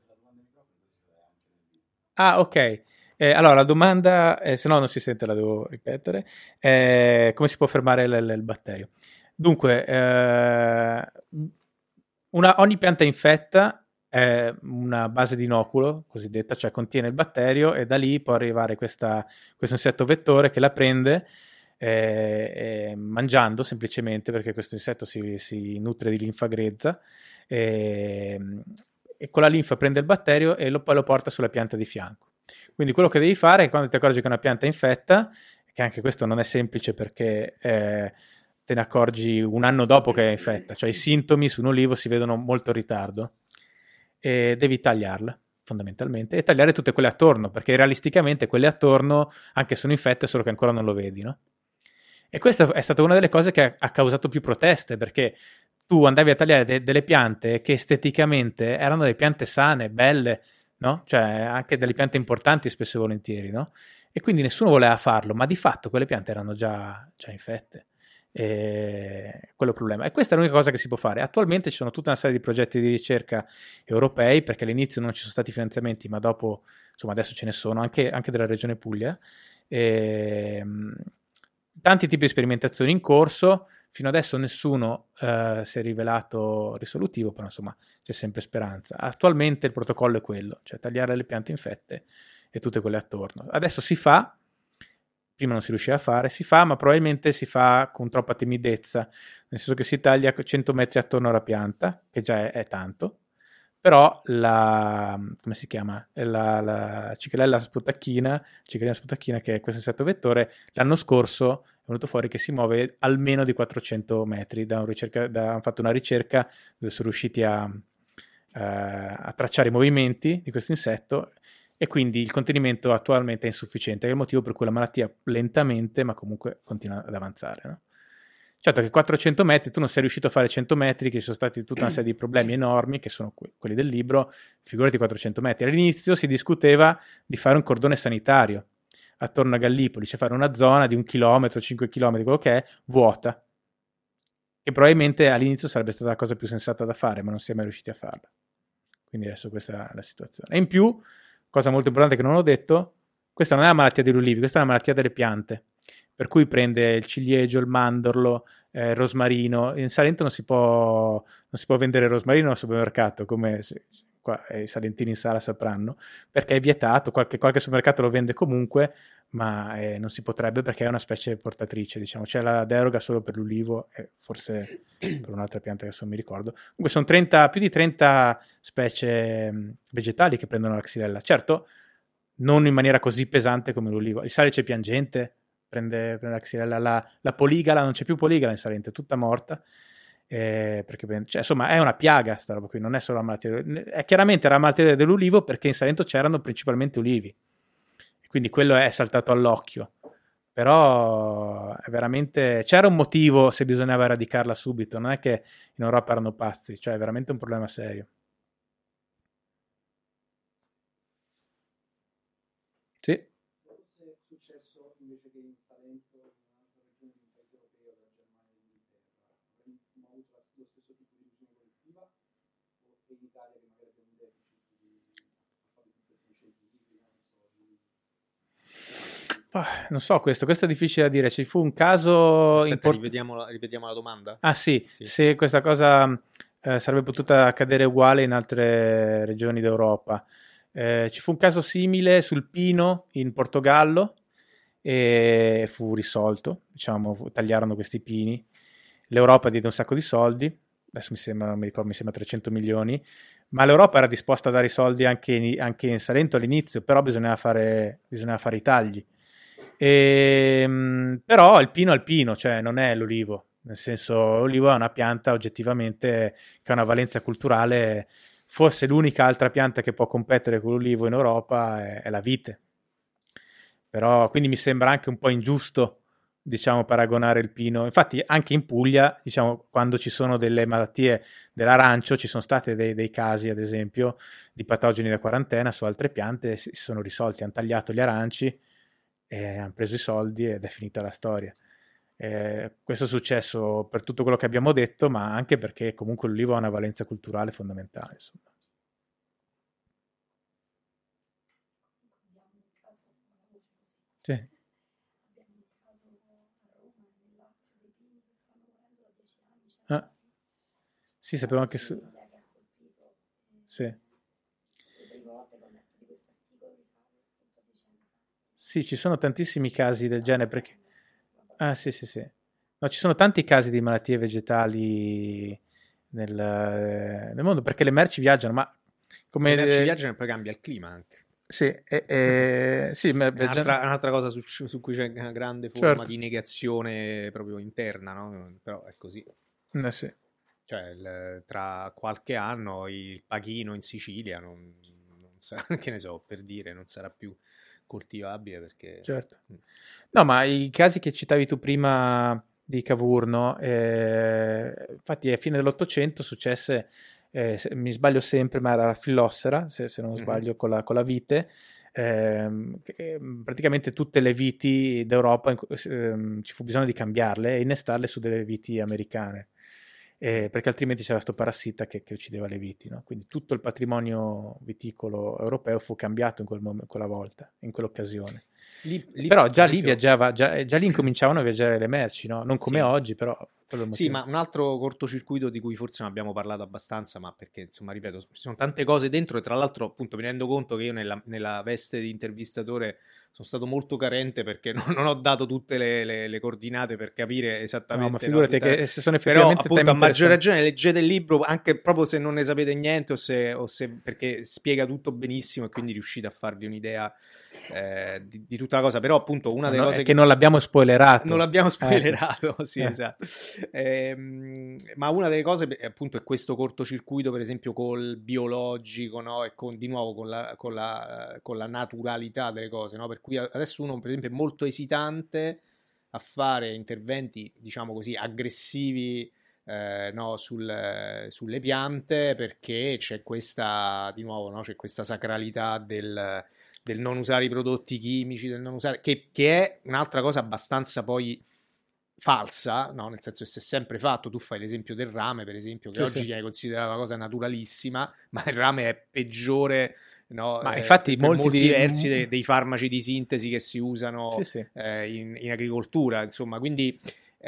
Ah, ok. Allora la domanda, se no non si sente, la devo ripetere, come si può fermare il batterio? Dunque, ogni pianta infetta è una base di inoculo, cosiddetta, cioè contiene il batterio e da lì può arrivare questo insetto vettore che la prende mangiando semplicemente, perché questo insetto si nutre di linfa grezza, e, e con la linfa prende il batterio e poi lo porta sulla pianta di fianco. Quindi quello che devi fare è quando ti accorgi che una pianta è infetta, che anche questo non è semplice perché te ne accorgi un anno dopo che è infetta, cioè i sintomi su un olivo si vedono molto in ritardo e devi tagliarla fondamentalmente e tagliare tutte quelle attorno, perché realisticamente quelle attorno anche sono infette solo che ancora non lo vedi, no? E questa è stata una delle cose che ha causato più proteste, perché tu andavi a tagliare delle piante che esteticamente erano delle piante sane, belle, no? Cioè anche delle piante importanti spesso e volentieri, no? E quindi nessuno voleva farlo, ma di fatto quelle piante erano già infette. E quello è il problema. E questa è l'unica cosa che si può fare. Attualmente ci sono tutta una serie di progetti di ricerca europei, perché all'inizio non ci sono stati finanziamenti, ma dopo, insomma, adesso ce ne sono, anche della regione Puglia. E, tanti tipi di sperimentazioni in corso. Fino adesso nessuno si è rivelato risolutivo, però insomma c'è sempre speranza. Attualmente il protocollo è quello, cioè tagliare le piante infette e tutte quelle attorno. Adesso si fa, prima non si riusciva a fare, si fa, ma probabilmente si fa con troppa timidezza, nel senso che si taglia 100 metri attorno alla pianta, che già è tanto, però come si chiama? La cicalella sputacchina, che è questo insetto vettore, l'anno scorso è venuto fuori che si muove almeno di 400 metri. Hanno fatto una ricerca dove sono riusciti a tracciare i movimenti di questo insetto e quindi il contenimento attualmente è insufficiente, è il motivo per cui la malattia lentamente ma comunque continua ad avanzare, no? Certo che 400 metri, tu non sei riuscito a fare 100 metri, che ci sono stati tutta una serie di problemi enormi, che sono quelli del libro, figurati 400 metri. All'inizio si discuteva di fare un cordone sanitario attorno a Gallipoli, cioè fare una zona di 1 chilometro, 5 chilometri, quello che è, vuota, che probabilmente all'inizio sarebbe stata la cosa più sensata da fare, ma non si è mai riusciti a farla. Quindi adesso questa è la situazione. E in più, cosa molto importante che non ho detto, questa non è una malattia degli ulivi, questa è una malattia delle piante, per cui prende il ciliegio, il mandorlo, il rosmarino. In Salento non si può vendere rosmarino al supermercato, come qua, i salentini in sala sapranno, perché è vietato, qualche supermercato lo vende comunque, ma non si potrebbe perché è una specie portatrice, diciamo. C'è la deroga solo per l'ulivo e forse per un'altra pianta che adesso non mi ricordo. Comunque sono più di 30 specie vegetali che prendono la xylella. Certo, non in maniera così pesante come l'ulivo. Il salice piangente prende la xylella, la poligala, non c'è più poligala in Salento, è tutta morta. Perché cioè, insomma è una piaga sta roba qui, non è solo la malattia, chiaramente era la malattia dell'ulivo perché in Salento c'erano principalmente ulivi e quindi quello è saltato all'occhio, però è veramente c'era un motivo se bisognava eradicarla subito, non è che in Europa erano pazzi, cioè è veramente un problema serio. Sì. Non so questo è difficile da dire. Ci fu un caso Aspetta, importante. ripetiamo la domanda? Ah sì, Sì. se questa cosa sarebbe potuta accadere uguale in altre regioni d'Europa. Ci fu un caso simile sul pino in Portogallo e fu risolto, diciamo, tagliarono questi pini. L'Europa diede un sacco di soldi, adesso mi sembra, non mi ricordo, mi sembra 300 milioni, ma l'Europa era disposta a dare i soldi anche in Salento all'inizio, però bisognava fare i tagli. Però il pino è il pino, cioè non è l'olivo, nel senso l'olivo è una pianta oggettivamente che ha una valenza culturale, forse l'unica altra pianta che può competere con l'olivo in Europa è la vite. Però quindi mi sembra anche un po' ingiusto, diciamo, paragonare il pino. Infatti anche in Puglia, diciamo, quando ci sono delle malattie dell'arancio, ci sono stati dei casi, ad esempio, di patogeni da quarantena su altre piante, si sono risolti, hanno tagliato gli aranci e hanno preso i soldi ed è finita la storia. Questo è successo per tutto quello che abbiamo detto, ma anche perché comunque l'olivo ha una valenza culturale fondamentale, insomma. Sì. Sì, sapevo anche su... Sì. Sì, ci sono tantissimi casi del genere perché... Ah, sì, sì, sì. No, ci sono tanti casi di malattie vegetali nel mondo perché le merci viaggiano, ma come... Le merci viaggiano e poi cambia il clima anche. Sì, sì, ma È un'altra cosa su cui c'è una grande forma certo. di negazione proprio interna, no? Però è così. Sì. Cioè, tra qualche anno il pachino in Sicilia non sarà, che ne so, per dire, non sarà più coltivabile perché... Certo. No, ma i casi che citavi tu prima di Cavour, no? Infatti a fine dell'Ottocento successe, mi sbaglio sempre, ma era la fillossera, se non sbaglio, con la vite. Praticamente tutte le viti d'Europa ci fu bisogno di cambiarle e innestarle su delle viti americane. Perché altrimenti c'era questo parassita che uccideva le viti, no? Quindi tutto il patrimonio viticolo europeo fu cambiato quella volta, in quell'occasione. Però già lì viaggiava, già lì incominciavano a viaggiare le merci, no? Non come oggi, però quello è il motivo. Sì, ma un altro cortocircuito di cui forse non abbiamo parlato abbastanza, ma perché, insomma, ripeto, ci sono tante cose dentro e tra l'altro, appunto, mi rendo conto che io nella veste di intervistatore sono stato molto carente perché non ho dato tutte le coordinate per capire esattamente... No, ma figurati che se sono effettivamente... Però, appunto, a maggior ragione leggete il libro, anche proprio se non ne sapete niente o se perché spiega tutto benissimo e quindi riuscite a farvi un'idea di tutta la cosa. Però, appunto, una delle cose che non l'abbiamo spoilerato. Non l'abbiamo spoilerato, sì, esatto. Ma una delle cose, appunto, è questo cortocircuito, per esempio, col biologico, no? E di nuovo con la naturalità delle cose, no? Per cui adesso uno, per esempio, è molto esitante a fare interventi, diciamo così, aggressivi, no? Sulle piante, perché c'è questa, di nuovo, no? C'è questa sacralità del non usare i prodotti chimici, del non usare, che è un'altra cosa abbastanza poi falsa, no? Nel senso che si è sempre fatto, tu fai l'esempio del rame, per esempio, che oggi viene considerata una cosa naturalissima, ma il rame è peggiore, no? Ma infatti per molti diversi dei farmaci di sintesi che si usano in agricoltura, insomma, quindi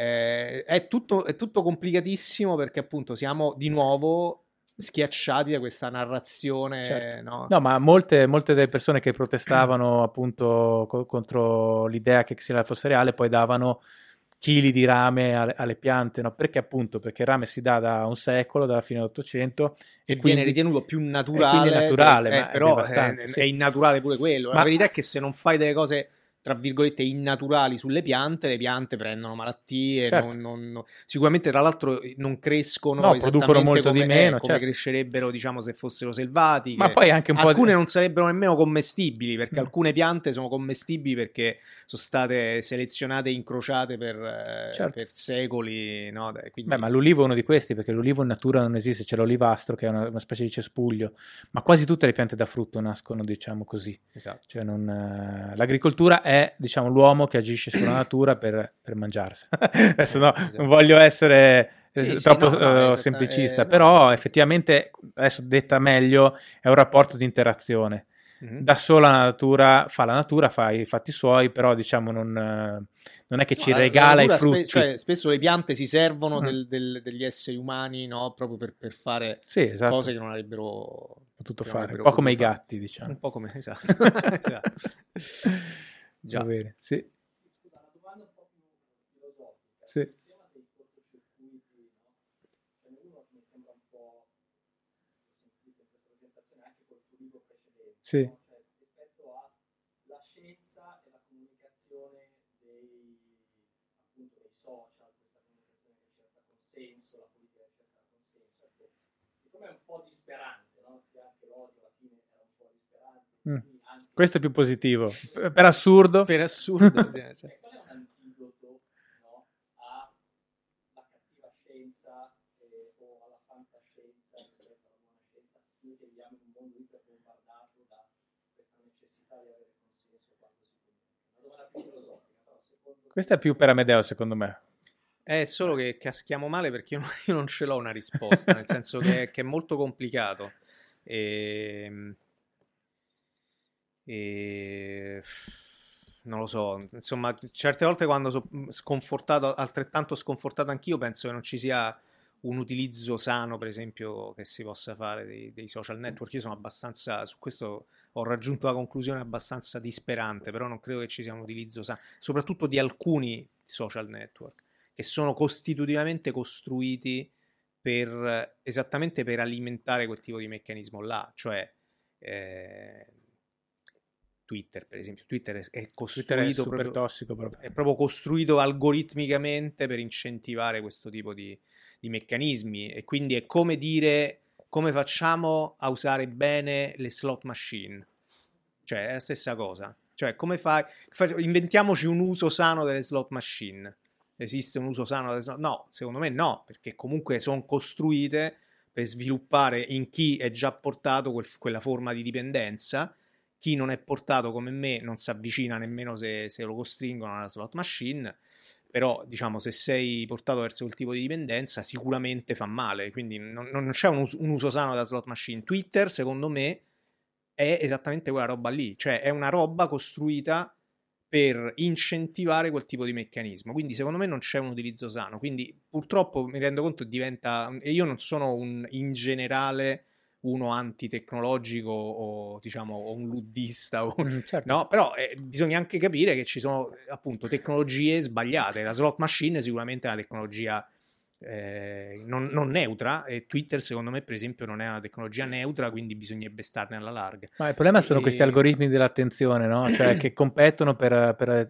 è tutto complicatissimo perché appunto siamo di nuovo schiacciati da questa narrazione, certo. no? No, ma molte delle persone che protestavano appunto contro l'idea che Xylella fosse reale poi davano chili di rame alle piante, no? Perché appunto? Perché il rame si dà da un secolo, dalla fine dell'Ottocento e viene ritenuto più naturale, quindi è naturale, ma però è innaturale pure quello. La verità è che se non fai delle cose tra virgolette innaturali sulle piante, le piante prendono malattie, certo. Sicuramente tra l'altro non crescono, no, producono molto come, di meno, come certo. crescerebbero, diciamo, se fossero selvatiche. Ma poi anche un po' alcune non sarebbero nemmeno commestibili, perché alcune piante sono commestibili perché sono state selezionate e incrociate per secoli, no? Quindi... Beh, ma l'ulivo è uno di questi, perché l'ulivo in natura non esiste, c'è l'olivastro che è una specie di cespuglio, ma quasi tutte le piante da frutto nascono, diciamo così. Esatto. Cioè l'agricoltura è, diciamo, l'uomo che agisce sulla natura per mangiarsi. Adesso no, esatto. Non voglio essere troppo semplicista, però effettivamente, adesso detta meglio, è un rapporto di interazione. Da sola la natura fa i fatti suoi, però diciamo non è che ci regala i frutti. Cioè, spesso le piante si servono degli esseri umani, no? Proprio per fare esatto. cose che non avrebbero potuto fare, un po' come i gatti, diciamo. Un po' come, esatto. esatto. Già. Va bene, sì. Una domanda un po' più filosofica. Sì. Il tema dei cortocircuiti, no? Ce n'è uno che mi sembra un po' sentito in questa presentazione anche col tuo libro precedente. Sì. No? Cioè, rispetto alla scienza e la comunicazione appunto dei social, questa comunicazione che cerca consenso, la politica che cerca consenso. Ecco, siccome è un po' disperante, no? Se anche l'odio alla fine era un po' disperante. Anche... Questo è più positivo. Per assurdo. Per assurdo, sì. Qual è un antidoto, no, alla cattiva scienza o alla fantascienza rispetto alla buona scienza? Noi che viviamo in un mondo iperbombardato da questa necessità di avere consenso quando si comunica. Una domanda più filosofica, però secondo... Questa è più per Amedeo, secondo me. È solo che caschiamo male perché io non ce l'ho una risposta, nel senso che è molto complicato. Non lo so, insomma, certe volte quando sono sconfortato, altrettanto sconfortato anch'io, penso che non ci sia un utilizzo sano, per esempio, che si possa fare dei social network. Io sono abbastanza, su questo ho raggiunto la conclusione abbastanza disperante, però non credo che ci sia un utilizzo sano, soprattutto di alcuni social network, che sono costitutivamente costruiti esattamente per alimentare quel tipo di meccanismo là, cioè Twitter, per esempio. Twitter è costruito Twitter è super proprio, tossico proprio. è proprio costruito algoritmicamente per incentivare questo tipo di meccanismi, e quindi è come dire come facciamo a usare bene le slot machine, cioè è la stessa cosa, cioè come inventiamoci un uso sano delle slot machine. Esiste un uso sano delle slot? No, secondo me no, perché comunque sono costruite per sviluppare in chi è già portato quella forma di dipendenza. Chi non è portato come me non si avvicina nemmeno se lo costringono alla slot machine, però diciamo se sei portato verso quel tipo di dipendenza sicuramente fa male, quindi non c'è un uso sano della slot machine. Twitter secondo me è esattamente quella roba lì, cioè è una roba costruita per incentivare quel tipo di meccanismo, quindi secondo me non c'è un utilizzo sano, quindi purtroppo mi rendo conto e io non sono in generale uno antitecnologico o diciamo un luddista certo. no, però bisogna anche capire che ci sono appunto tecnologie sbagliate. La slot machine sicuramente è una tecnologia non neutra, e Twitter secondo me per esempio non è una tecnologia neutra, quindi bisognerebbe starne alla larga. Ma il problema sono questi algoritmi dell'attenzione, no? Cioè che competono per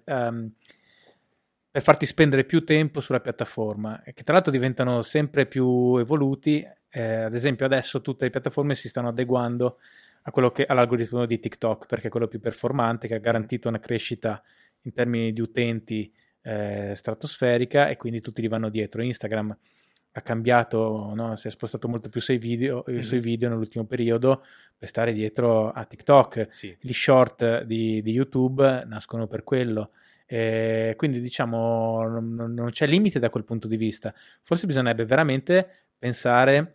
farti spendere più tempo sulla piattaforma, e che tra l'altro diventano sempre più evoluti. Ad esempio adesso tutte le piattaforme si stanno adeguando all'algoritmo di TikTok, perché è quello più performante, che ha garantito una crescita in termini di utenti stratosferica, e quindi tutti gli vanno dietro. Instagram ha cambiato, no? Si è spostato molto più sui video nell'ultimo periodo per stare dietro a TikTok. Sì. Gli short di YouTube nascono per quello. Quindi diciamo non c'è limite da quel punto di vista. Forse bisognerebbe veramente pensare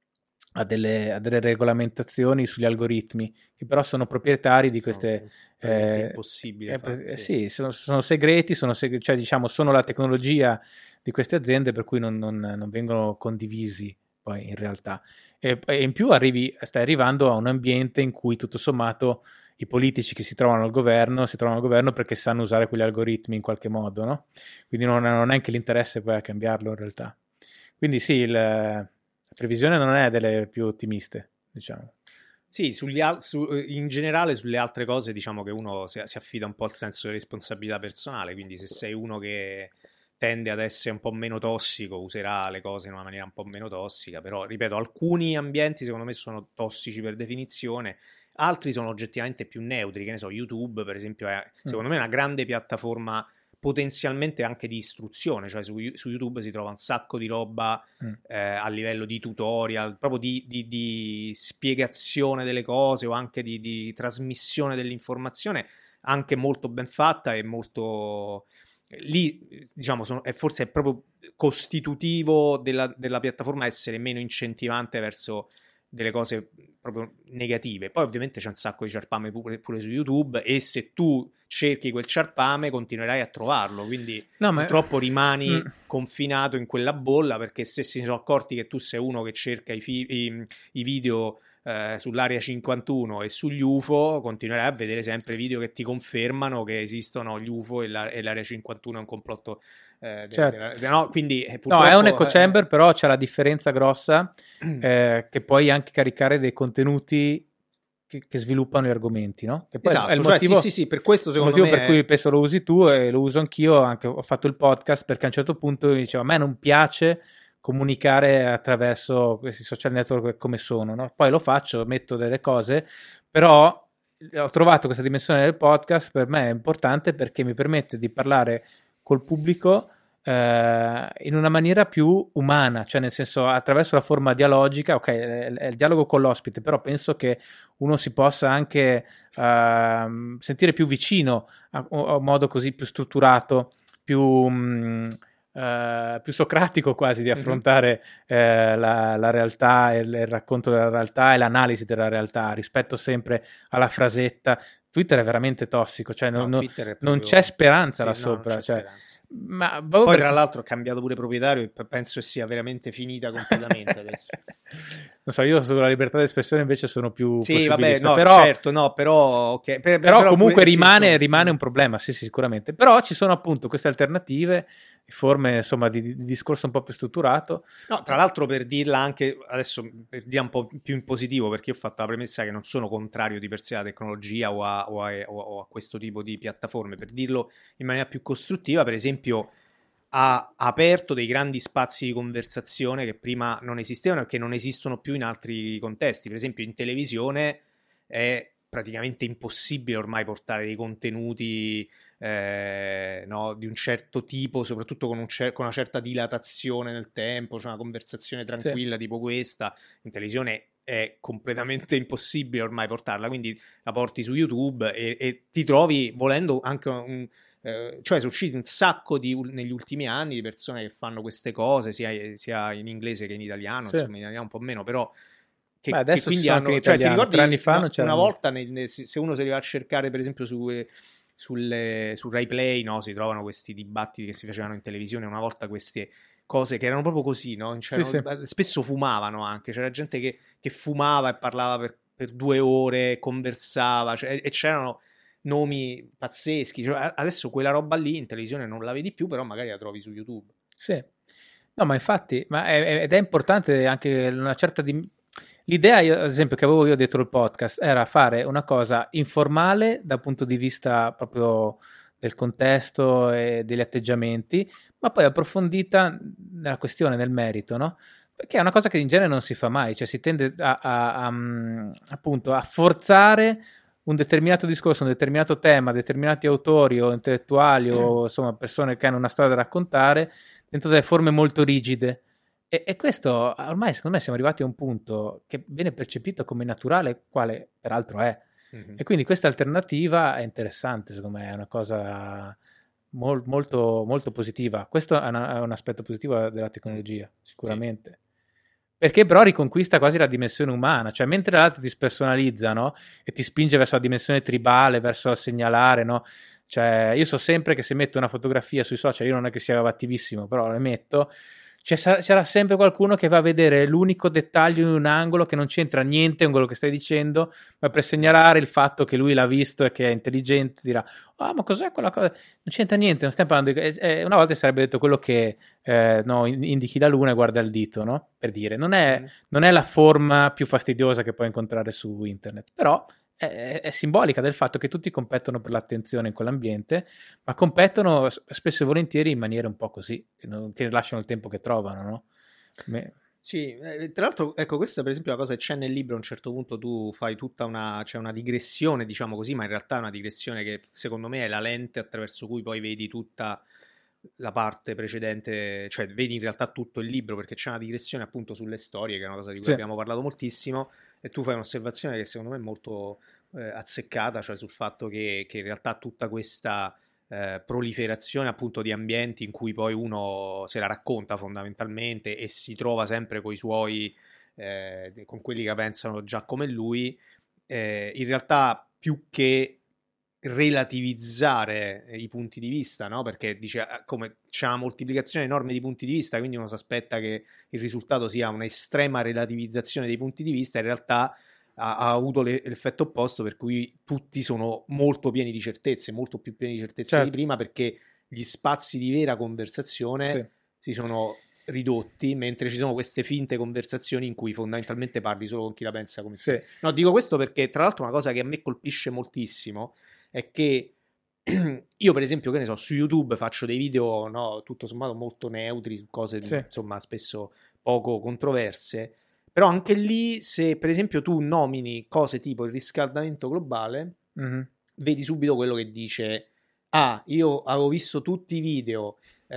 a delle regolamentazioni sugli algoritmi, che però sono proprietari di queste è impossibile sì, sono segreti, cioè diciamo sono la tecnologia di queste aziende, per cui non vengono condivisi poi in realtà, e in più stai arrivando a un ambiente in cui tutto sommato i politici che si trovano al governo perché sanno usare quegli algoritmi in qualche modo, no? Quindi non è anche l'interesse poi a cambiarlo in realtà. Quindi sì, la previsione non è delle più ottimiste, diciamo. Sì, in generale sulle altre cose diciamo che uno si affida un po' al senso di responsabilità personale, quindi se sei uno che tende ad essere un po' meno tossico userà le cose in una maniera un po' meno tossica, però ripeto, alcuni ambienti secondo me sono tossici per definizione, altri sono oggettivamente più neutri, che ne so, YouTube per esempio è secondo me una grande piattaforma potenzialmente anche di istruzione, cioè su YouTube si trova un sacco di roba a livello di tutorial, proprio di spiegazione delle cose, o anche di trasmissione dell'informazione, anche molto ben fatta e molto... Lì diciamo forse è proprio costitutivo della piattaforma essere meno incentivante verso delle cose proprio negative. Poi ovviamente c'è un sacco di ciarpame pure su YouTube, e se tu cerchi quel ciarpame continuerai a trovarlo, quindi purtroppo rimani confinato in quella bolla, perché se si sono accorti che tu sei uno che cerca i video sull'area 51 e sugli UFO, continuerai a vedere sempre video che ti confermano che esistono gli UFO e l'area 51 è un complotto certo. no, quindi no, è un echo chamber, però c'è la differenza grossa che puoi anche caricare dei contenuti che sviluppano gli argomenti, no? Che poi esatto, è il motivo, sì, per questo secondo me per cui è... penso lo usi tu e lo uso anch'io, anche ho fatto il podcast perché a un certo punto mi dicevo a me non piace comunicare attraverso questi social network come sono, no? Poi lo faccio, metto delle cose, però ho trovato questa dimensione del podcast, per me è importante perché mi permette di parlare col pubblico in una maniera più umana, cioè nel senso attraverso la forma dialogica, ok, è il dialogo con l'ospite, però penso che uno si possa anche sentire più vicino a un modo così più strutturato, più socratico quasi di affrontare la realtà, il racconto della realtà e l'analisi della realtà, rispetto sempre alla frasetta Twitter è veramente tossico, cioè No, Twitter è non proprio... c'è speranza Sì, là no, non sopra. c'è Cioè, speranza. ma Poi tra l'altro ha cambiato pure proprietario e penso che sia veramente finita completamente adesso. Non so, io sulla libertà d'espressione invece sono più Sì, vabbè, possibilista, no, però, certo, no, però... Okay. però comunque pure, sì, insomma, rimane un problema, sì, sicuramente. Però ci sono appunto queste alternative, forme insomma di discorso un po' più strutturato. No, tra l'altro per dirla anche, adesso per dirla un po' più in positivo, perché io ho fatto la premessa che non sono contrario di per sé alla tecnologia o a questo tipo di piattaforme, per dirlo in maniera più costruttiva, per esempio ha aperto dei grandi spazi di conversazione che prima non esistevano e che non esistono più in altri contesti. Per esempio in televisione è praticamente impossibile ormai portare dei contenuti no, di un certo tipo, soprattutto con una certa dilatazione nel tempo, cioè una conversazione tranquilla tipo questa. In televisione è completamente impossibile ormai portarla, quindi la porti su YouTube e ti trovi volendo anche cioè sono usciti un sacco negli ultimi anni di persone che fanno queste cose sia in inglese che in italiano, Sì. insomma in italiano un po' meno, però Beh, adesso quindi ci sono anche in hanno, cioè ti italiano. ricordi 3 anni fa non c'era una niente. volta se uno si arriva a cercare per esempio su Rai Play, no, si trovano questi dibattiti che si facevano in televisione una volta, queste cose che erano proprio così, no? Sì, sì. Spesso fumavano anche, c'era gente che fumava e parlava per 2 ore, conversava, cioè, e c'erano nomi pazzeschi, cioè, adesso quella roba lì in televisione non la vedi più, però magari la trovi su YouTube. Sì. No, ma infatti, ed è importante anche una certa l'idea, ad esempio, che avevo io dietro il podcast era fare una cosa informale dal punto di vista proprio del contesto e degli atteggiamenti, ma poi approfondita nella questione, nel merito, no? Perché è una cosa che in genere non si fa mai, cioè si tende appunto a forzare un determinato discorso, un determinato tema, determinati autori o intellettuali o insomma persone che hanno una storia da raccontare dentro delle forme molto rigide. E questo ormai secondo me siamo arrivati a un punto che viene percepito come naturale, quale peraltro è. Mm-hmm. E quindi questa alternativa è interessante, secondo me, è una cosa molto, molto positiva. Questo è un aspetto positivo della tecnologia, sicuramente. Sì. Perché però riconquista quasi la dimensione umana, cioè mentre l'altro ti spersonalizza, no? E ti spinge verso la dimensione tribale, verso il segnalare, no? Cioè io so sempre che se metto una fotografia sui social, io non è che sia attivissimo, però le metto, c'era sempre qualcuno che va a vedere l'unico dettaglio in un angolo che non c'entra niente con quello che stai dicendo, ma per segnalare il fatto che lui l'ha visto e che è intelligente dirà ma cos'è quella cosa? Non c'entra niente, non stiamo parlando di... una volta sarebbe detto quello che no, indichi la luna e guarda il dito, no? Per dire, non è la forma più fastidiosa che puoi incontrare su internet, però è simbolica del fatto che tutti competono per l'attenzione in quell'ambiente, ma competono spesso e volentieri in maniera un po' così, che lasciano il tempo che trovano, no? Sì, tra l'altro, ecco, questa per esempio è una cosa che c'è nel libro. A un certo punto tu fai tutta c'è una digressione, diciamo così, ma in realtà è una digressione che secondo me è la lente attraverso cui poi vedi tutta la parte precedente, cioè vedi in realtà tutto il libro, perché c'è una digressione appunto sulle storie, che è una cosa di cui abbiamo parlato moltissimo, e tu fai un'osservazione che secondo me è molto azzeccata, cioè sul fatto che in realtà tutta questa proliferazione appunto di ambienti in cui poi uno se la racconta fondamentalmente e si trova sempre con i suoi con quelli che pensano già come lui, in realtà più che relativizzare i punti di vista, no? Perché dice come c'è una moltiplicazione enorme di punti di vista, quindi uno si aspetta che il risultato sia un'estrema relativizzazione dei punti di vista. In realtà ha avuto l'effetto opposto, per cui tutti sono molto pieni di certezze, molto più pieni di certezze di prima, perché gli spazi di vera conversazione si sono ridotti, mentre ci sono queste finte conversazioni in cui fondamentalmente parli solo con chi la pensa come te. No, dico questo perché tra l'altro una cosa che a me colpisce moltissimo è che io per esempio, che ne so, su YouTube faccio dei video, no, tutto sommato molto neutri su cose insomma spesso poco controverse, però anche lì se per esempio tu nomini cose tipo il riscaldamento globale, vedi subito quello che dice io avevo visto tutti i video,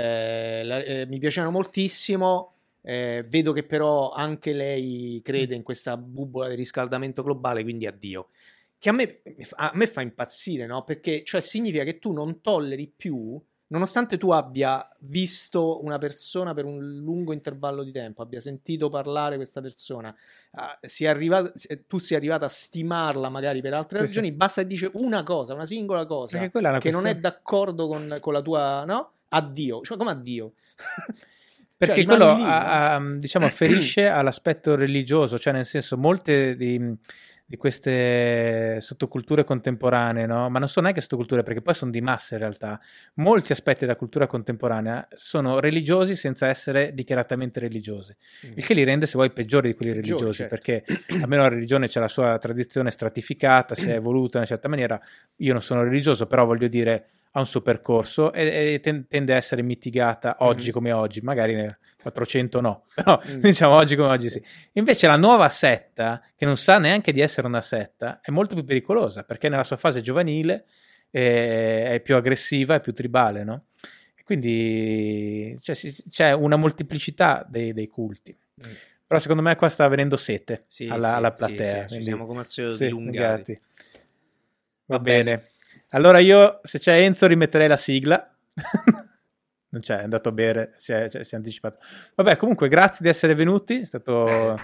mi piacevano moltissimo, vedo che però anche lei crede in questa bubola del riscaldamento globale, quindi addio. Che a me fa impazzire, no? Perché cioè significa che tu non tolleri più nonostante tu abbia visto una persona per un lungo intervallo di tempo, abbia sentito parlare questa persona, tu sia arrivato a stimarla magari per altre ragioni, basta che dice una cosa, una singola cosa, che non è d'accordo con la tua, no? Addio, cioè come addio? Perché cioè, quello lì, diciamo afferisce all'aspetto religioso, cioè nel senso molte di queste sottoculture contemporanee, no? Ma non sono neanche sottoculture, perché poi sono di massa in realtà. Molti aspetti della cultura contemporanea sono religiosi senza essere dichiaratamente religiosi, il che li rende, se vuoi, peggiori di quelli religiosi, certo. Perché almeno la religione c'è la sua tradizione stratificata, si è evoluta in una certa maniera. Io non sono religioso, però voglio dire, ha un suo percorso e tende a essere mitigata oggi come oggi, magari nel 400 no, però diciamo oggi come oggi sì. Invece la nuova setta, che non sa neanche di essere una setta, è molto più pericolosa, perché nella sua fase giovanile è più aggressiva, è più tribale, no? E quindi c'è una moltiplicità dei culti. Però secondo me qua sta venendo sete alla platea. Ci siamo come al solito dilungati. Va bene. Allora io, se c'è Enzo, rimetterei la sigla. Non c'è, è andato a bere, si è anticipato. Vabbè, comunque, grazie di essere venuti, è stato un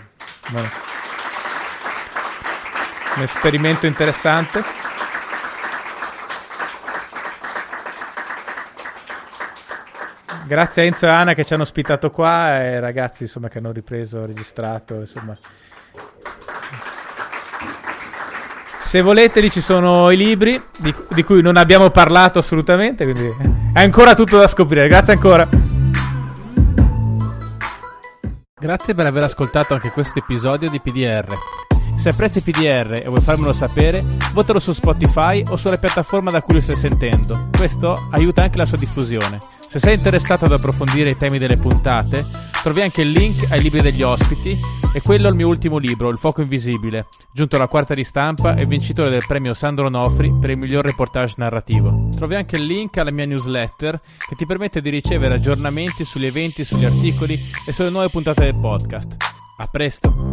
esperimento interessante. Grazie a Enzo e Ana che ci hanno ospitato qua, e ragazzi, insomma, che hanno ripreso, registrato, insomma. Se volete, lì ci sono i libri di cui non abbiamo parlato assolutamente, quindi è ancora tutto da scoprire. Grazie ancora. Grazie per aver ascoltato anche questo episodio di PDR. Se apprezzi PDR e vuoi farmelo sapere, votalo su Spotify o sulla piattaforma da cui lo stai sentendo. Questo aiuta anche la sua diffusione. Se sei interessato ad approfondire i temi delle puntate, trovi anche il link ai libri degli ospiti e quello al mio ultimo libro, Il fuoco invisibile, giunto alla quarta ristampa e vincitore del premio Sandro Nofri per il miglior reportage narrativo. Trovi anche il link alla mia newsletter che ti permette di ricevere aggiornamenti sugli eventi, sugli articoli e sulle nuove puntate del podcast. A presto!